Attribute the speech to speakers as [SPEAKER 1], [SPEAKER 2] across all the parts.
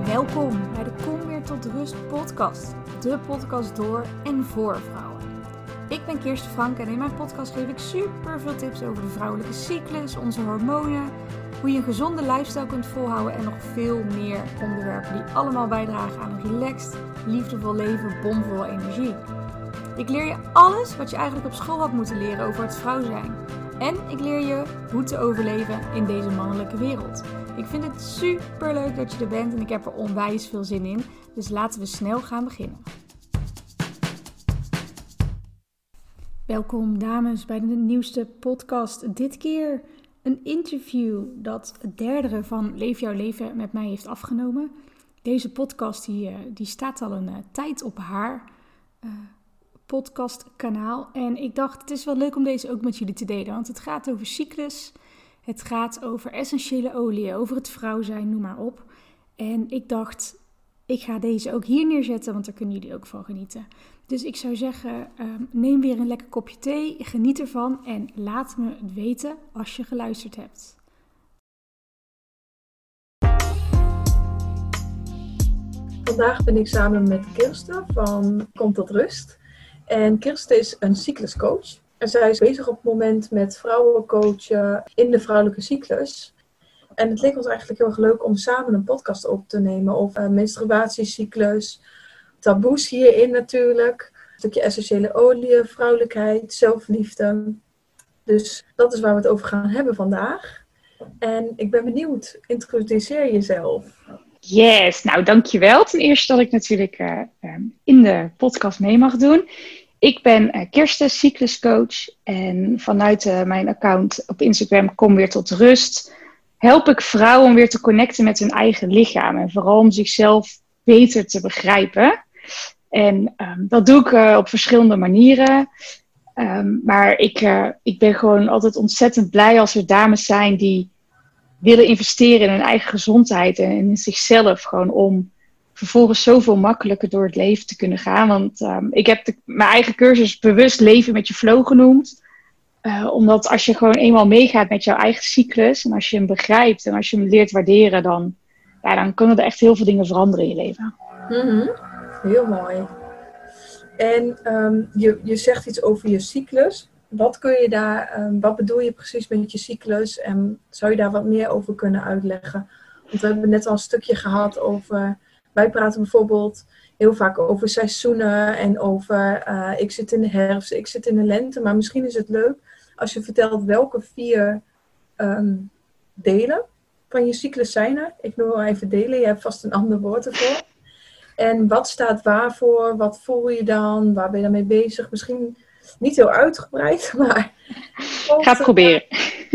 [SPEAKER 1] Welkom bij de Kom Weer Tot Rust podcast. De podcast door en voor vrouwen. Ik ben Kirsten Frank en in mijn podcast geef ik super veel tips over de vrouwelijke cyclus, onze hormonen, hoe je een gezonde lifestyle kunt volhouden en nog veel meer onderwerpen die allemaal bijdragen aan een relaxed, liefdevol leven, bomvol energie. Ik leer je alles wat je eigenlijk op school had moeten leren over het vrouw zijn. En ik leer je hoe te overleven in deze mannelijke wereld. Ik vind het super leuk dat je er bent en ik heb er onwijs veel zin in. Dus laten we snel gaan beginnen. Welkom dames bij de nieuwste podcast. Dit keer een interview dat het derde van Leef jouw leven met mij heeft afgenomen. Deze podcast die staat al een tijd op haar podcastkanaal. En ik dacht, het is wel leuk om deze ook met jullie te delen. Want het gaat over cyclus, het gaat over essentiële oliën, over het vrouw zijn, noem maar op. En ik dacht, ik ga deze ook hier neerzetten, want daar kunnen jullie ook van genieten. Dus ik zou zeggen, neem weer een lekker kopje thee, geniet ervan en laat me het weten als je geluisterd hebt.
[SPEAKER 2] Vandaag ben ik samen met Kirsten van Kom Tot Rust. En Kirsten is een cycluscoach. En zij is bezig op het moment met vrouwen coachen in de vrouwelijke cyclus. En het leek ons eigenlijk heel erg leuk om samen een podcast op te nemen over menstruatiecyclus, taboes hierin natuurlijk, een stukje essentiële oliën, vrouwelijkheid, zelfliefde. Dus dat is waar we het over gaan hebben vandaag. En ik ben benieuwd, introduceer jezelf.
[SPEAKER 3] Yes, nou dankjewel. Ten eerste dat ik natuurlijk in de podcast mee mag doen. Ik ben Kirsten, cycluscoach. En vanuit mijn account op Instagram Kom Weer Tot Rust help ik vrouwen om weer te connecten met hun eigen lichaam. En vooral om zichzelf beter te begrijpen. En dat doe ik op verschillende manieren. Maar ik ben gewoon altijd ontzettend blij als er dames zijn die willen investeren in hun eigen gezondheid en in zichzelf. Gewoon om vervolgens zoveel makkelijker door het leven te kunnen gaan. Want ik heb mijn eigen cursus bewust Leven met je flow genoemd. Omdat als je gewoon eenmaal meegaat met jouw eigen cyclus en als je hem begrijpt en als je hem leert waarderen, dan kunnen er echt heel veel dingen veranderen in je leven.
[SPEAKER 2] Mm-hmm. Heel mooi. En je zegt iets over je cyclus. Wat bedoel je precies met je cyclus? En zou je daar wat meer over kunnen uitleggen? Want we hebben net al een stukje gehad over... Wij praten bijvoorbeeld heel vaak over seizoenen en over... ik zit in de herfst, ik zit in de lente. Maar misschien is het leuk als je vertelt welke 4 delen van je cyclus zijn er. Ik noem wel even delen, je hebt vast een ander woord ervoor. En wat staat waarvoor? Wat voel je dan? Waar ben je dan mee bezig? Misschien... Niet heel uitgebreid, maar...
[SPEAKER 3] Ik ga het proberen.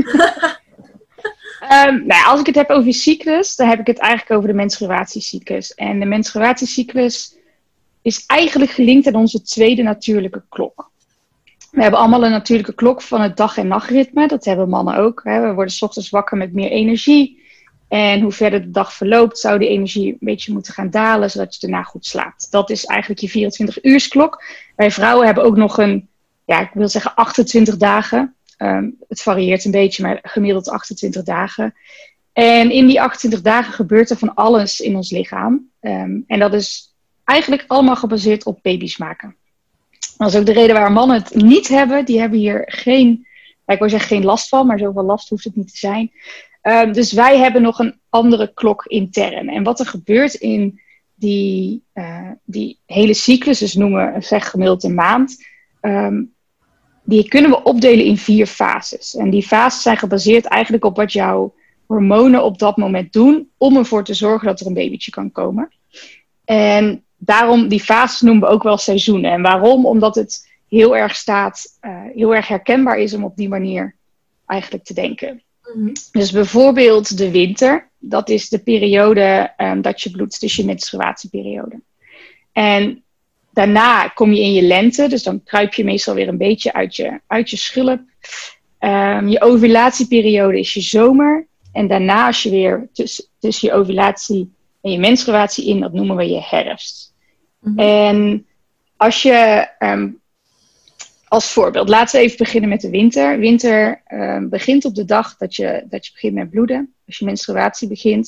[SPEAKER 3] Als ik het heb over je cyclus, dan heb ik het eigenlijk over de menstruatiecyclus. En de menstruatiecyclus is eigenlijk gelinkt aan onze tweede natuurlijke klok. We hebben allemaal een natuurlijke klok van het dag- en nachtritme. Dat hebben mannen ook. Hè. We worden 's ochtends wakker met meer energie. En hoe verder de dag verloopt, zou die energie een beetje moeten gaan dalen, zodat je daarna goed slaapt. Dat is eigenlijk je 24-uursklok. Wij vrouwen hebben ook nog ik wil zeggen 28 dagen. Het varieert een beetje, maar gemiddeld 28 dagen. En in die 28 dagen gebeurt er van alles in ons lichaam. En dat is eigenlijk allemaal gebaseerd op baby's maken. Dat is ook de reden waar mannen het niet hebben. Die hebben hier geen last van, maar zoveel last hoeft het niet te zijn. Dus wij hebben nog een andere klok intern. En wat er gebeurt in die hele cyclus, dus zeg gemiddeld een maand... die kunnen we opdelen in 4 fases. En die fases zijn gebaseerd eigenlijk op wat jouw hormonen op dat moment doen, om ervoor te zorgen dat er een babytje kan komen. En daarom, die fases noemen we ook wel seizoenen. En waarom? Omdat het heel erg herkenbaar is om op die manier eigenlijk te denken. Mm-hmm. Dus bijvoorbeeld de winter, dat is de periode dat je bloedt, dus je menstruatieperiode. En daarna kom je in je lente, dus dan kruip je meestal weer een beetje uit je schulp. Je ovulatieperiode is je zomer. En daarna als je weer tussen je ovulatie en je menstruatie in, dat noemen we je herfst. Mm-hmm. En als je, als voorbeeld, laten we even beginnen met de winter. Winter begint op de dag dat je begint met bloeden, als je menstruatie begint.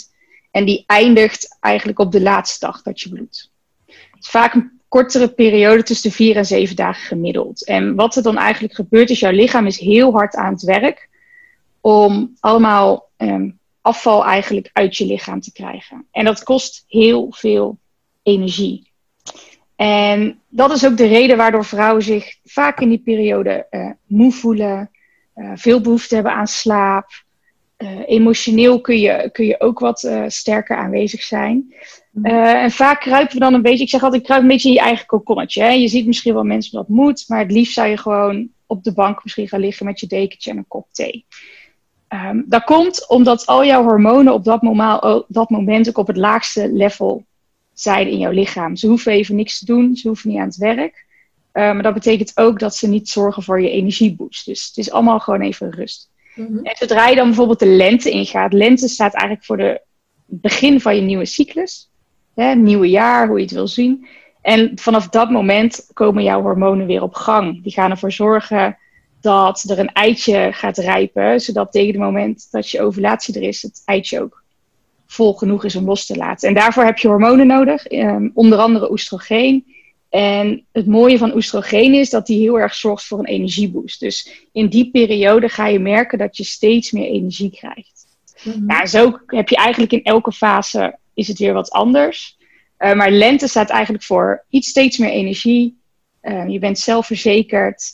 [SPEAKER 3] En die eindigt eigenlijk op de laatste dag dat je bloedt. Het is vaak een kortere periode tussen de 4 en 7 dagen gemiddeld. En wat er dan eigenlijk gebeurt is, jouw lichaam is heel hard aan het werk om allemaal afval eigenlijk uit je lichaam te krijgen. En dat kost heel veel energie. En dat is ook de reden waardoor vrouwen zich vaak in die periode moe voelen, veel behoefte hebben aan slaap. Emotioneel kun je ook wat sterker aanwezig zijn. En vaak kruipen we dan een beetje, ik zeg altijd, kruip een beetje in je eigen kokonnetje. Hè? Je ziet misschien wel mensen dat moet, maar het liefst zou je gewoon op de bank misschien gaan liggen met je dekentje en een kop thee. Dat komt omdat al jouw hormonen op dat moment ook op het laagste level zijn in jouw lichaam. Ze hoeven even niks te doen, ze hoeven niet aan het werk. Maar dat betekent ook dat ze niet zorgen voor je energieboost. Dus het is allemaal gewoon even rust. Mm-hmm. En zodra je dan bijvoorbeeld de lente ingaat. Lente staat eigenlijk voor het begin van je nieuwe cyclus. Nieuwe jaar, hoe je het wil zien. En vanaf dat moment komen jouw hormonen weer op gang. Die gaan ervoor zorgen dat er een eitje gaat rijpen. Zodat tegen het moment dat je ovulatie er is, het eitje ook vol genoeg is om los te laten. En daarvoor heb je hormonen nodig. Onder andere oestrogeen. En het mooie van oestrogeen is dat die heel erg zorgt voor een energieboost. Dus in die periode ga je merken dat je steeds meer energie krijgt. Mm-hmm. Ja, zo heb je eigenlijk in elke fase is het weer wat anders. Maar lente staat eigenlijk voor iets steeds meer energie. Je bent zelfverzekerd.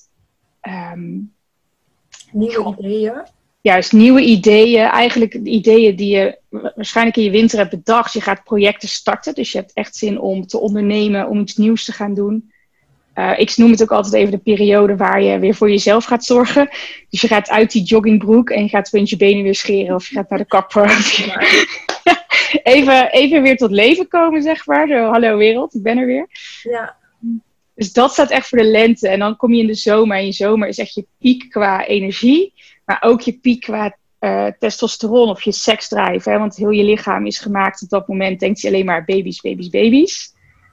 [SPEAKER 2] Nieuwe ideeën.
[SPEAKER 3] Juist, nieuwe ideeën. Eigenlijk ideeën die je waarschijnlijk in je winter hebt bedacht. Je gaat projecten starten. Dus je hebt echt zin om te ondernemen, om iets nieuws te gaan doen. Ik noem het ook altijd even de periode waar je weer voor jezelf gaat zorgen. Dus je gaat uit die joggingbroek en je gaat opeens je benen weer scheren. Of je gaat naar de kapper. Even weer tot leven komen, zeg maar. Zo, hallo wereld, ik ben er weer.
[SPEAKER 2] Ja.
[SPEAKER 3] Dus dat staat echt voor de lente. En dan kom je in de zomer. En je zomer is echt je piek qua energie. Maar ook je piek qua testosteron of je seksdrive. Hè? Want heel je lichaam is gemaakt op dat moment. Denkt je alleen maar baby's, baby's, baby's.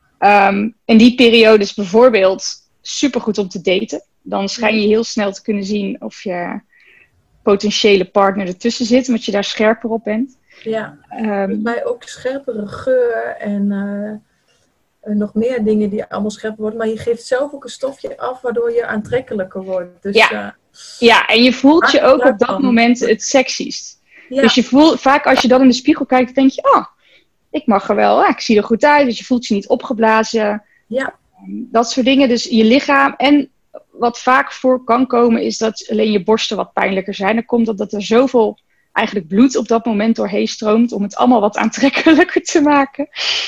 [SPEAKER 3] En die periode is bijvoorbeeld supergoed om te daten. Dan schijn je heel snel te kunnen zien of je potentiële partner ertussen zit. Omdat je daar scherper op bent.
[SPEAKER 2] Ja, bij ook scherpere geur en nog meer dingen die allemaal scherper worden. Maar je geeft zelf ook een stofje af waardoor je aantrekkelijker wordt. Dus,
[SPEAKER 3] ja, en je voelt je ook op dat moment het sexiest. Ja. Dus je voelt vaak als je dan in de spiegel kijkt, denk je, oh, ik mag er wel, ik zie er goed uit. Dus je voelt je niet opgeblazen.
[SPEAKER 2] Ja.
[SPEAKER 3] Dat soort dingen. Dus je lichaam. En wat vaak voor kan komen is dat alleen je borsten wat pijnlijker zijn. Dan komt dat er zoveel eigenlijk bloed op dat moment doorheen stroomt om het allemaal wat aantrekkelijker te maken.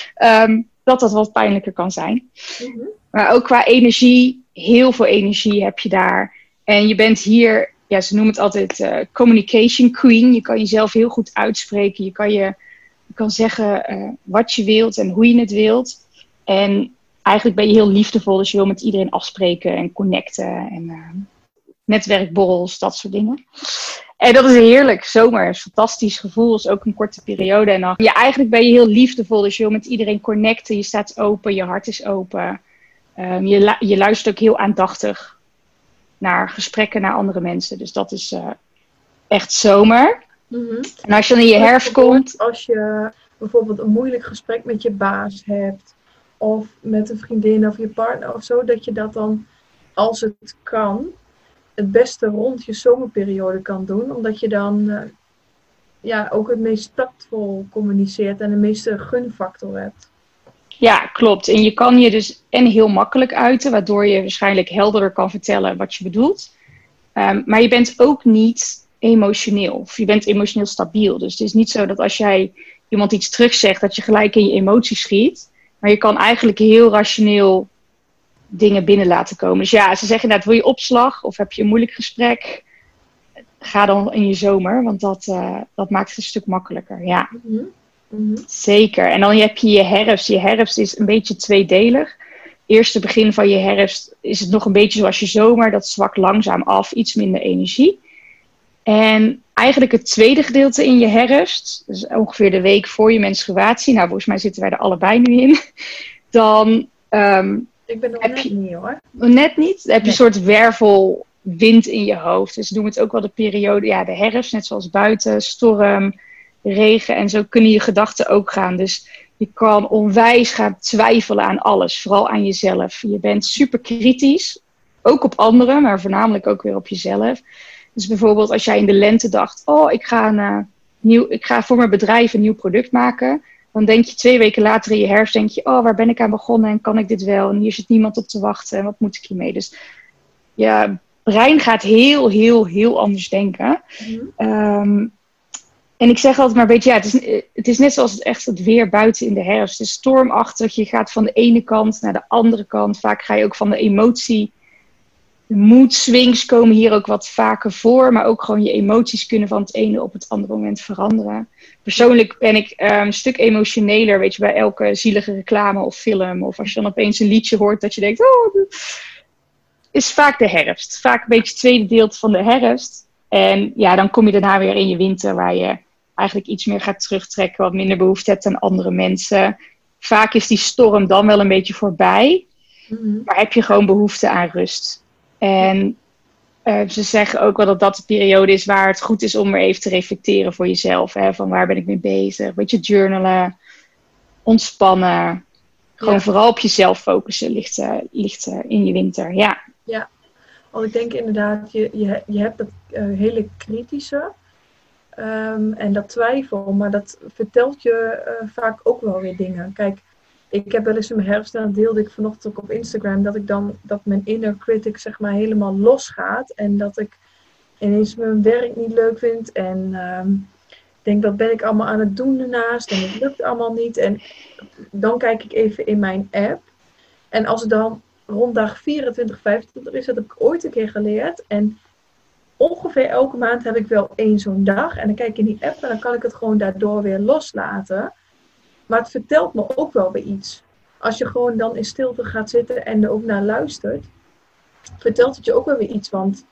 [SPEAKER 3] Dat wat pijnlijker kan zijn. Mm-hmm. Maar ook qua energie, heel veel energie heb je daar. En je bent hier, ja, ze noemen het altijd communication queen. Je kan jezelf heel goed uitspreken. Je kan zeggen wat je wilt en hoe je het wilt. En eigenlijk ben je heel liefdevol. Dus je wil met iedereen afspreken en connecten. En netwerkborrels, dat soort dingen. En dat is heerlijk. Zomer is een fantastisch gevoel. Is ook een korte periode. En dan, eigenlijk ben je heel liefdevol. Dus je wil met iedereen connecten. Je staat open. Je hart is open. Je luistert ook heel aandachtig naar gesprekken naar andere mensen. Dus dat is echt zomer. Mm-hmm. En als je dan in je herfst komt.
[SPEAKER 2] Als je bijvoorbeeld een moeilijk gesprek met je baas hebt. Of met een vriendin of je partner of zo. Dat je dat dan, als het kan, het beste rond je zomerperiode kan doen. Omdat je dan ook het meest tactvol communiceert en de meeste gunfactor hebt.
[SPEAKER 3] Ja, klopt. En je kan je dus heel makkelijk uiten. Waardoor je waarschijnlijk helderder kan vertellen wat je bedoelt. Maar je bent ook niet emotioneel. Of je bent emotioneel stabiel. Dus het is niet zo dat als jij iemand iets terugzegt, dat je gelijk in je emoties schiet. Maar je kan eigenlijk heel rationeel dingen binnen laten komen. Dus ja, ze zeggen inderdaad, wil je opslag of heb je een moeilijk gesprek? Ga dan in je zomer, want dat maakt het een stuk makkelijker. Ja, mm-hmm. Zeker. En dan heb je je herfst. Je herfst is een beetje tweedelig. Eerste begin van je herfst is het nog een beetje zoals je zomer. Dat zwakt langzaam af, iets minder energie. En eigenlijk het tweede gedeelte in je herfst, dus ongeveer de week voor je menstruatie. Nou, volgens mij zitten wij er allebei nu in. Dan
[SPEAKER 2] ik ben nog net niet hoor.
[SPEAKER 3] Net niet? Dan heb je een soort wervelwind in je hoofd. Dus ze noemen het ook wel de periode, de herfst, net zoals buiten, storm, regen. En zo kunnen je gedachten ook gaan. Dus je kan onwijs gaan twijfelen aan alles. Vooral aan jezelf. Je bent super kritisch. Ook op anderen, maar voornamelijk ook weer op jezelf. Dus bijvoorbeeld als jij in de lente dacht... ik ga voor mijn bedrijf een nieuw product maken. Dan denk je 2 weken later in je herfst... denk je, waar ben ik aan begonnen en kan ik dit wel? En hier zit niemand op te wachten en wat moet ik hiermee? Dus je brein gaat heel, heel, heel anders denken. En ik zeg altijd maar een beetje... het is net zoals het weer buiten in de herfst. Het is stormachtig. Je gaat van de ene kant naar de andere kant. Vaak ga je ook van de emotie... De mood swings komen hier ook wat vaker voor. Maar ook gewoon je emoties kunnen van het ene op het andere moment veranderen. Persoonlijk ben ik een stuk emotioneler. Weet je, bij elke zielige reclame of film. Of als je dan opeens een liedje hoort dat je denkt... is vaak de herfst. Vaak een beetje het tweede deel van de herfst. En ja, dan kom je daarna weer in je winter. Waar je eigenlijk iets meer gaat terugtrekken. Wat minder behoefte hebt aan andere mensen. Vaak is die storm dan wel een beetje voorbij. Maar heb je gewoon behoefte aan rust. En ze zeggen ook wel dat dat de periode is waar het goed is om weer even te reflecteren voor jezelf. Hè? Van waar ben ik mee bezig? Een beetje journalen, ontspannen. Gewoon vooral op jezelf focussen ligt in je winter. Ja.
[SPEAKER 2] Ja, want ik denk inderdaad, je hebt dat hele kritische en dat twijfel. Maar dat vertelt je vaak ook wel weer dingen. Kijk, ik heb wel eens in mijn herfst, en dat deelde ik vanochtend ook op Instagram, dat mijn inner critic zeg maar helemaal losgaat. En dat ik ineens mijn werk niet leuk vind. En denk, wat ben ik allemaal aan het doen daarnaast? En het lukt allemaal niet. En dan kijk ik even in mijn app. En als het dan rond dag 24, 25 is, dat heb ik ooit een keer geleerd. En ongeveer elke maand heb ik wel 1 zo'n dag. En dan kijk ik in die app en dan kan ik het gewoon daardoor weer loslaten. Maar het vertelt me ook wel weer iets. Als je gewoon dan in stilte gaat zitten en er ook naar luistert, vertelt het je ook wel weer iets. Want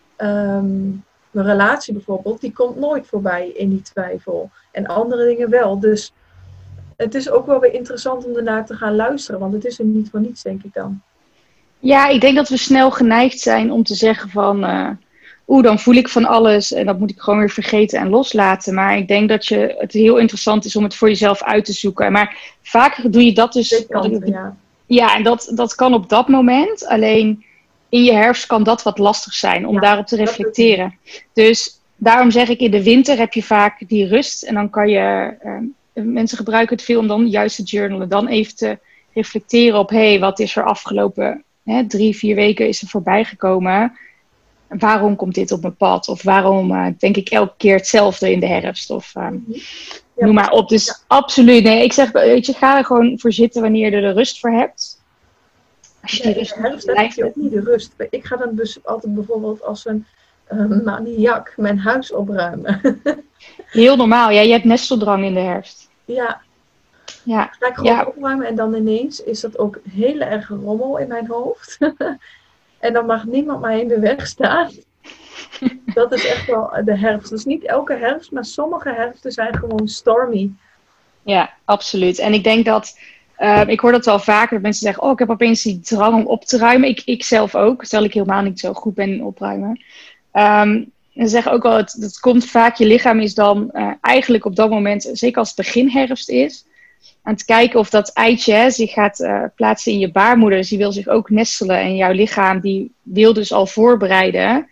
[SPEAKER 2] mijn relatie bijvoorbeeld, die komt nooit voorbij in die twijfel. En andere dingen wel. Dus het is ook wel weer interessant om ernaar te gaan luisteren. Want het is er niet voor niets, denk ik dan.
[SPEAKER 3] Ja, ik denk dat we snel geneigd zijn om te zeggen van... dan voel ik van alles en dat moet ik gewoon weer vergeten en loslaten. Maar ik denk dat het heel interessant is om het voor jezelf uit te zoeken. Maar vaak doe je dat dus... Ja, en dat kan op dat moment. Alleen in je herfst kan dat wat lastig zijn om daarop te reflecteren. Dus daarom zeg ik, in de winter heb je vaak die rust. En dan kan je... mensen gebruiken het veel om dan juist te journalen. Dan even te reflecteren op... wat is er afgelopen 3-4 weken is er voorbij gekomen... Waarom komt dit op mijn pad? Of waarom denk ik elke keer hetzelfde in de herfst? Of noem maar op. Dus absoluut. Nee, ik zeg, ga er gewoon voor zitten wanneer je er de rust voor hebt. Als je die rust
[SPEAKER 2] in de herfst heb je ook niet de rust. Ik ga dan dus altijd bijvoorbeeld als een maniak mijn huis opruimen.
[SPEAKER 3] Heel normaal. Ja, je hebt nesteldrang in de herfst.
[SPEAKER 2] Ja. Ga ik gewoon opruimen en dan ineens is dat ook heel erg rommel in mijn hoofd. En dan mag niemand mij in de weg staan. Dat is echt wel de herfst. Dus niet elke herfst, maar sommige herfsten zijn gewoon stormy.
[SPEAKER 3] Ja, absoluut. En ik denk dat... ik hoor dat wel vaker, dat mensen zeggen... ik heb opeens die drang om op te ruimen. Ik zelf ook, terwijl ik helemaal niet zo goed ben in opruimen. En ze zeggen ook wel, het komt vaak... Je lichaam is dan eigenlijk op dat moment... Zeker als het begin herfst is... aan het kijken of dat eitje zich gaat plaatsen in je baarmoeder. Dus die wil zich ook nestelen. En jouw lichaam die wil dus al voorbereiden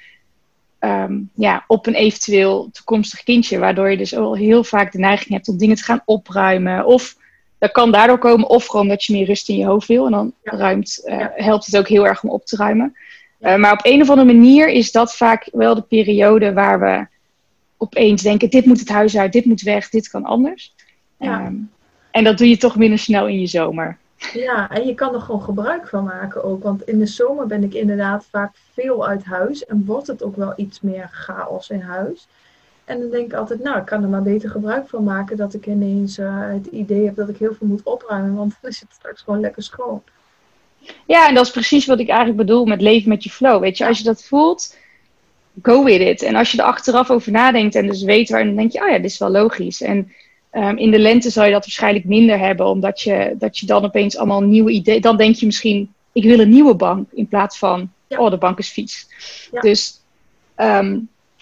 [SPEAKER 3] op een eventueel toekomstig kindje. Waardoor je dus al heel vaak de neiging hebt om dingen te gaan opruimen. Of dat kan daardoor komen. Of gewoon dat je meer rust in je hoofd wil. En dan helpt het ook heel erg om op te ruimen. Maar op een of andere manier is dat vaak wel de periode waar we opeens denken... dit moet het huis uit, dit moet weg, dit kan anders.
[SPEAKER 2] Ja.
[SPEAKER 3] En dat doe je toch minder snel in je zomer.
[SPEAKER 2] Ja, en je kan er gewoon gebruik van maken ook. Want in de zomer ben ik inderdaad vaak veel uit huis. En wordt het ook wel iets meer chaos in huis. En dan denk ik altijd, ik kan er maar beter gebruik van maken. Dat ik ineens het idee heb dat ik heel veel moet opruimen. Want dan is het straks gewoon lekker schoon.
[SPEAKER 3] Ja, en dat is precies wat ik eigenlijk bedoel met leven met je flow. Weet je, als je dat voelt, go with it. En als je er achteraf over nadenkt en dus weet waar, dan denk je, dit is wel logisch. En... in de lente zal je dat waarschijnlijk minder hebben, omdat je dan opeens allemaal nieuwe ideeën... Dan denk je misschien, ik wil een nieuwe bank, in plaats van, de bank is vies. Ja. Dus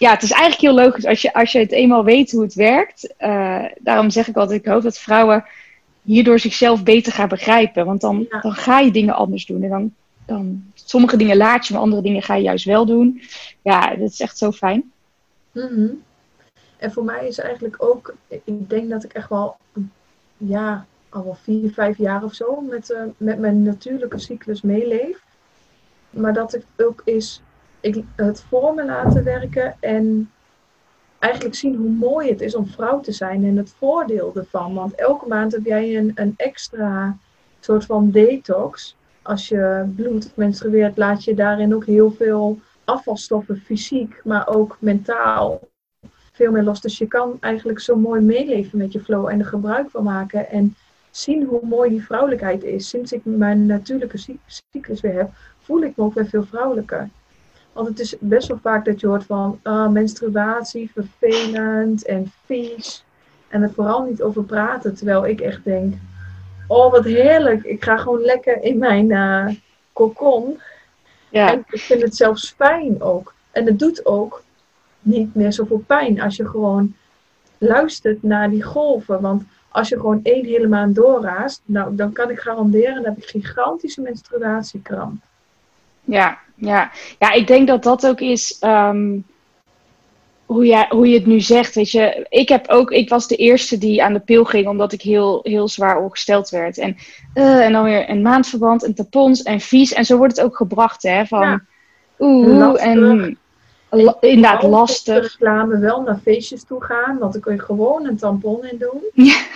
[SPEAKER 3] ja, het is eigenlijk heel logisch als je het eenmaal weet hoe het werkt. Daarom zeg ik altijd, ik hoop dat vrouwen hierdoor zichzelf beter gaan begrijpen. Want dan ga je dingen anders doen. En dan sommige dingen laat je, maar andere dingen ga je juist wel doen. Ja, dat is echt zo fijn.
[SPEAKER 2] Mm-hmm. En voor mij is eigenlijk ook, ik denk dat ik echt wel, al wel 4, 5 jaar of zo met mijn natuurlijke cyclus meeleef. Maar dat het ook is, het voor me laten werken en eigenlijk zien hoe mooi het is om vrouw te zijn en het voordeel ervan. Want elke maand heb jij een extra soort van detox. Als je bloed of menstrueert, laat je daarin ook heel veel afvalstoffen, fysiek, maar ook mentaal, veel meer los. Dus je kan eigenlijk zo mooi meeleven met je flow en er gebruik van maken. En zien hoe mooi die vrouwelijkheid is. Sinds ik mijn natuurlijke cyclus weer heb, voel ik me ook weer veel vrouwelijker. Want het is best wel vaak dat je hoort van menstruatie, vervelend en vies. En er vooral niet over praten. Terwijl ik echt denk, oh wat heerlijk. Ik ga gewoon lekker in mijn cocon.
[SPEAKER 3] Ja.
[SPEAKER 2] En ik vind het zelfs fijn ook. En het doet ook niet meer zoveel pijn als je gewoon luistert naar die golven. Want als je gewoon 1 hele maand doorraast, nou, dan kan ik garanderen, dan heb ik gigantische menstruatiekramp.
[SPEAKER 3] Ja, ik denk dat dat ook is hoe je het nu zegt. Weet je, ik was de eerste die aan de pil ging, omdat ik heel, heel zwaar ongesteld werd. En dan weer een maandverband en tampons en vies. En zo wordt het ook gebracht, hè. Van
[SPEAKER 2] lastig.
[SPEAKER 3] Inderdaad lastig.
[SPEAKER 2] De reclame wel naar feestjes toe gaan, want dan kun je gewoon een tampon in doen.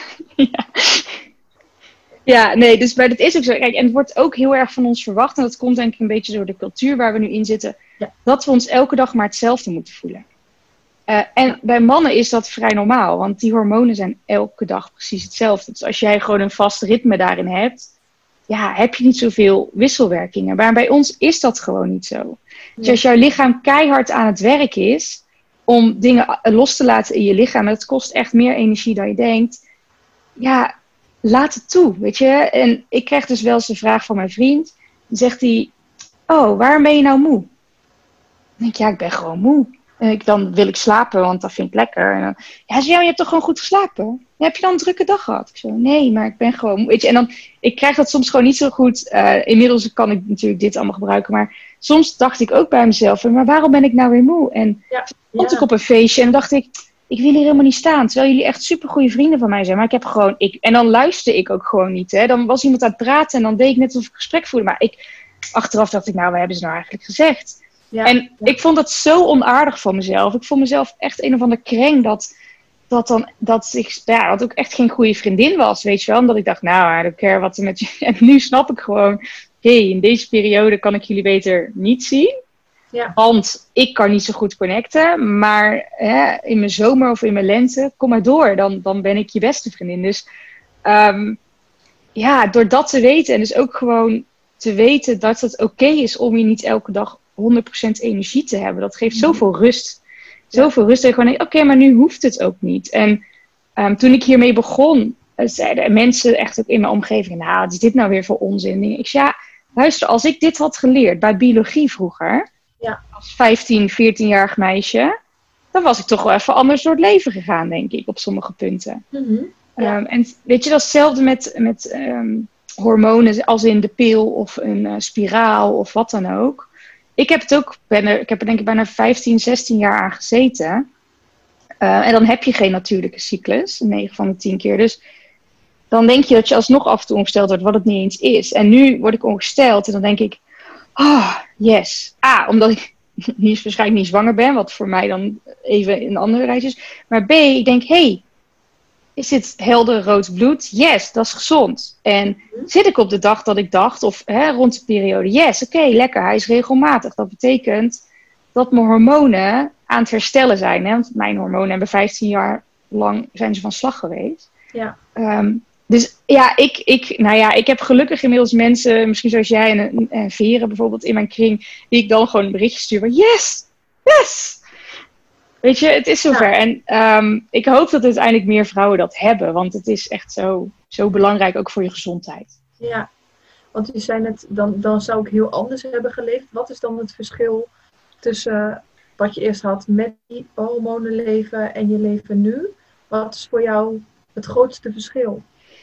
[SPEAKER 3] Ja, nee, dus maar dat is ook zo. Kijk, en het wordt ook heel erg van ons verwacht, en dat komt denk ik een beetje door de cultuur waar we nu in zitten, dat we ons elke dag maar hetzelfde moeten voelen. En bij mannen is dat vrij normaal, want die hormonen zijn elke dag precies hetzelfde. Dus als jij gewoon een vast ritme daarin hebt, heb je niet zoveel wisselwerkingen. Maar bij ons is dat gewoon niet zo. Dus als jouw lichaam keihard aan het werk is om dingen los te laten in je lichaam, en dat kost echt meer energie dan je denkt, laat het toe, weet je. En ik krijg dus wel eens de vraag van mijn vriend. Dan zegt hij, oh, waarom ben je nou moe? Dan denk ik, ik ben gewoon moe. En dan wil ik slapen, want dat vind ik lekker. En dan, maar je hebt toch gewoon goed geslapen? Heb je dan een drukke dag gehad? Ik zo, nee, maar ik ben gewoon moe. Weet je, en dan, ik krijg dat soms gewoon niet zo goed. Inmiddels kan ik natuurlijk dit allemaal gebruiken. Maar soms dacht ik ook bij mezelf, maar waarom ben ik nou weer moe? En stond ik op een feestje en dacht ik wil hier helemaal niet staan. Terwijl jullie echt supergoeie vrienden van mij zijn. Maar ik heb gewoon... En dan luisterde ik ook gewoon niet. Hè. Dan was iemand aan het praten en dan deed ik net alsof ik een gesprek voerde. Maar achteraf dacht ik, wat hebben ze nou eigenlijk gezegd? Ik vond dat zo onaardig van mezelf. Ik vond mezelf echt een of ander kreng dat ook echt geen goede vriendin was, weet je wel. Omdat ik dacht, I don't care wat er met je... En nu snap ik gewoon, in deze periode kan ik jullie beter niet zien. Ja. Want ik kan niet zo goed connecten. Maar in mijn zomer of in mijn lente, kom maar door. Dan ben ik je beste vriendin. Dus door dat te weten. En dus ook gewoon te weten dat het oké is om je niet elke dag 100% energie te hebben. Dat geeft zoveel rust. Zoveel rust. En gewoon oké, maar nu hoeft het ook niet. En toen ik hiermee begon, zeiden mensen echt ook in mijn omgeving, wat is dit nou weer voor onzin? Ik zei, luister, als ik dit had geleerd bij biologie vroeger, als 15, 14-jarig meisje, dan was ik toch wel even anders door het leven gegaan, denk ik, op sommige punten. Mm-hmm. En weet je, dat is hetzelfde met hormonen, als in de pil of een spiraal of wat dan ook. Ik heb er denk ik bijna 15, 16 jaar aan gezeten. En dan heb je geen natuurlijke cyclus, 9 van de 10 keer. Dus dan denk je dat je alsnog af en toe ongesteld wordt, wat het niet eens is. En nu word ik ongesteld en dan denk ik, yes. Omdat ik waarschijnlijk niet zwanger ben, wat voor mij dan even een andere reis is. Maar B, ik denk, is dit helder rood bloed? Yes, dat is gezond. En zit ik op de dag dat ik dacht, of rond de periode, yes, oké, lekker, hij is regelmatig. Dat betekent dat mijn hormonen aan het herstellen zijn. Hè? Want mijn hormonen hebben 15 jaar lang zijn ze van slag geweest. Ja. Dus ik heb gelukkig inmiddels mensen, misschien zoals jij en Veren bijvoorbeeld in mijn kring, die ik dan gewoon een berichtje stuur van yes! Weet je, het is zover. En ik hoop dat uiteindelijk meer vrouwen dat hebben, want het is echt zo belangrijk ook voor je gezondheid.
[SPEAKER 2] Ja, want je zei net, dan zou ik heel anders hebben geleefd. Wat is dan het verschil tussen wat je eerst had met die hormonenleven en je leven nu. Wat is voor jou het grootste verschil?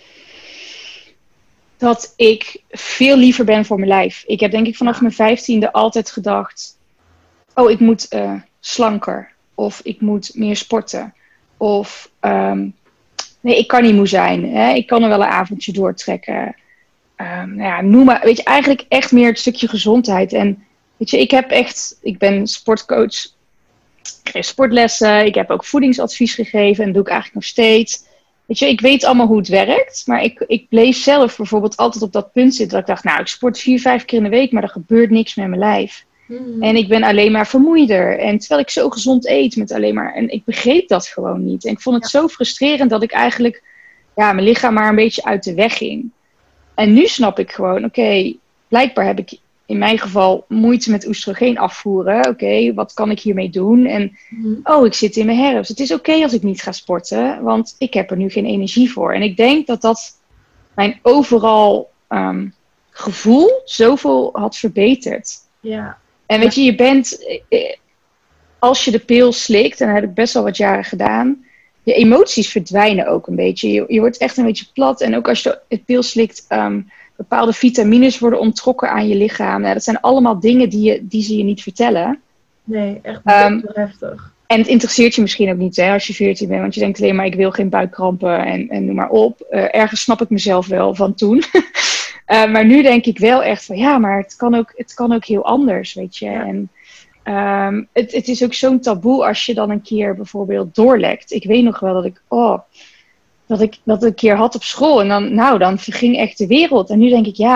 [SPEAKER 3] Dat ik veel liever ben voor mijn lijf. Ik heb denk ik vanaf mijn 15e altijd gedacht, oh, ik moet slanker. Of ik moet meer sporten. Of nee, ik kan niet moe zijn. Hè? Ik kan er wel een avondje doortrekken. Noem maar. Weet je, eigenlijk echt meer het stukje gezondheid. En weet je, ik ben sportcoach. Ik geef sportlessen. Ik heb ook voedingsadvies gegeven. En dat doe ik eigenlijk nog steeds. Weet je, ik weet allemaal hoe het werkt. Maar ik bleef zelf bijvoorbeeld altijd op dat punt zitten. Dat ik dacht, nou, ik sport 4-5 keer in de week. Maar er gebeurt niks met mijn lijf. En ik ben alleen maar vermoeider. En terwijl ik zo gezond eet met alleen maar... En ik begreep dat gewoon niet. En ik vond het zo frustrerend dat ik eigenlijk... mijn lichaam maar een beetje uit de weg ging. En nu snap ik gewoon... Oké, blijkbaar heb ik in mijn geval moeite met oestrogeen afvoeren. Oké, wat kan ik hiermee doen? En ik zit in mijn herfst. Het is oké als ik niet ga sporten. Want ik heb er nu geen energie voor. En ik denk dat dat mijn overal gevoel zoveel had verbeterd.
[SPEAKER 2] Ja.
[SPEAKER 3] En weet je bent, als je de pil slikt, en dat heb ik best wel wat jaren gedaan, je emoties verdwijnen ook een beetje. Je wordt echt een beetje plat. En ook als je het pil slikt, bepaalde vitamines worden onttrokken aan je lichaam. Nou, dat zijn allemaal dingen die ze je niet vertellen.
[SPEAKER 2] Nee, echt heftig.
[SPEAKER 3] En het interesseert je misschien ook niet, hè, als je 14 bent. Want je denkt alleen maar, ik wil geen buikkrampen en noem maar op. Ergens snap ik mezelf wel van toen. Maar nu denk ik wel echt van, maar het kan ook heel anders, weet je. Ja. En het is ook zo'n taboe als je dan een keer bijvoorbeeld doorlekt. Ik weet nog wel dat ik dat een keer had op school. En dan verging echt de wereld. En nu denk ik,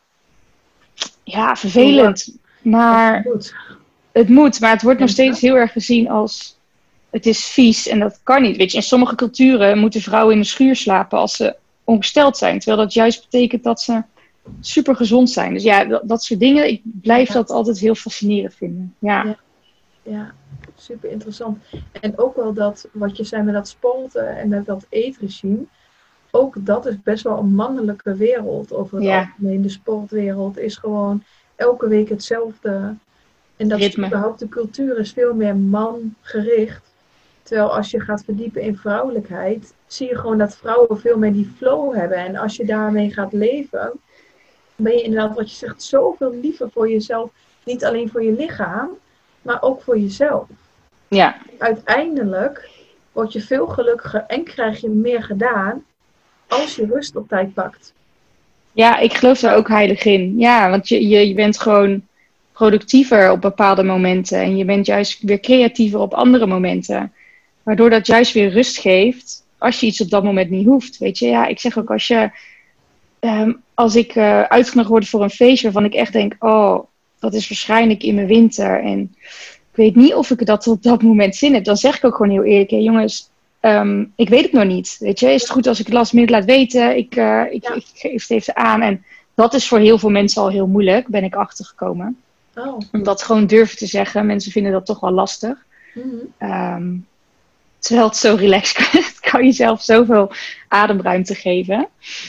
[SPEAKER 3] vervelend. Maar het moet. Maar het wordt nog steeds heel erg gezien als, het is vies en dat kan niet. Weet je, in sommige culturen moeten vrouwen in de schuur slapen als ze ongesteld zijn. Terwijl dat juist betekent dat ze super gezond zijn. Dus dat soort dingen. Ik blijf dat altijd heel fascinerend vinden. Ja,
[SPEAKER 2] super interessant. En ook wel dat, wat je zei met dat sporten en met dat eetregime. Ook dat is best wel een mannelijke wereld. Over het algemeen. De sportwereld is gewoon elke week hetzelfde. En dat is überhaupt, de cultuur is veel meer mangericht. Terwijl als je gaat verdiepen in vrouwelijkheid, zie je gewoon dat vrouwen veel meer die flow hebben. En als je daarmee gaat leven, ben je inderdaad, wat je zegt, zoveel liever voor jezelf. Niet alleen voor je lichaam, maar ook voor jezelf.
[SPEAKER 3] Ja.
[SPEAKER 2] Uiteindelijk word je veel gelukkiger en krijg je meer gedaan als je rust op tijd pakt.
[SPEAKER 3] Ja, ik geloof daar ook heilig in. Ja, want je bent gewoon productiever op bepaalde momenten. En je bent juist weer creatiever op andere momenten. Waardoor dat juist weer rust geeft als je iets op dat moment niet hoeft. Weet je, ik zeg ook als ik uitgenodigd word voor een feestje waarvan ik echt denk, dat is waarschijnlijk in mijn winter. En ik weet niet of ik dat op dat moment zin heb. Dan zeg ik ook gewoon heel eerlijk, jongens, ik weet het nog niet. Weet je, is het goed als ik het last minute laat weten? Ik geef het even aan. En dat is voor heel veel mensen al heel moeilijk, ben ik achtergekomen. Om dat gewoon durven te zeggen. Mensen vinden dat toch wel lastig. Mm-hmm. Terwijl het zo relaxed kan jezelf zoveel ademruimte geven.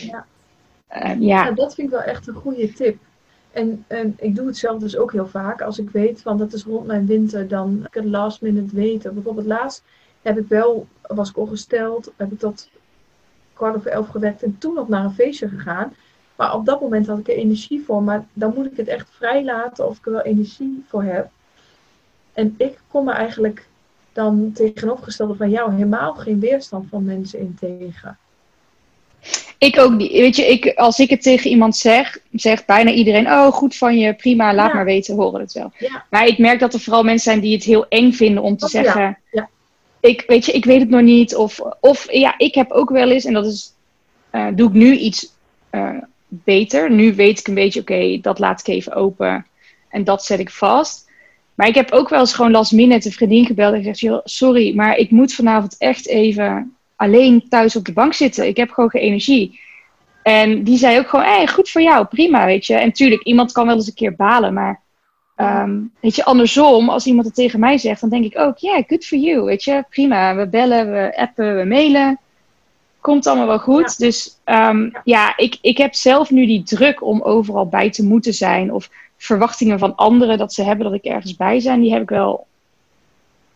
[SPEAKER 2] Dat vind ik wel echt een goede tip. En ik doe het zelf dus ook heel vaak. Als ik weet, van dat is rond mijn winter, dan kan ik het last minute weten. Bijvoorbeeld laatst was ik ongesteld, heb ik tot 11:15 gewerkt en toen nog naar een feestje gegaan. Maar op dat moment had ik er energie voor. Maar dan moet ik het echt vrij laten of ik er wel energie voor heb. En ik kom er eigenlijk dan tegenovergestelde van jou helemaal geen weerstand van mensen in tegen.
[SPEAKER 3] Ik ook niet. Weet je, als ik het tegen iemand zeg, zegt bijna iedereen, goed van je, prima, laat maar weten, horen het wel. Ja. Maar ik merk dat er vooral mensen zijn die het heel eng vinden om te zeggen, ik weet het nog niet. Of ik heb ook wel eens, en dat is, doe ik nu iets beter. Nu weet ik een beetje, dat laat ik even open en dat zet ik vast. Maar ik heb ook wel eens gewoon last minute een vriendin gebeld en gezegd, sorry, maar ik moet vanavond echt even alleen thuis op de bank zitten. Ik heb gewoon geen energie. En die zei ook gewoon, goed voor jou, prima, weet je. En tuurlijk, iemand kan wel eens een keer balen, maar weet je, andersom, als iemand het tegen mij zegt, dan denk ik ook, good for you, weet je, prima. We bellen, we appen, we mailen. Komt allemaal wel goed. Ja. Dus ik heb zelf nu die druk om overal bij te moeten zijn. Of verwachtingen van anderen dat ze hebben dat ik ergens bij zijn. Die heb ik wel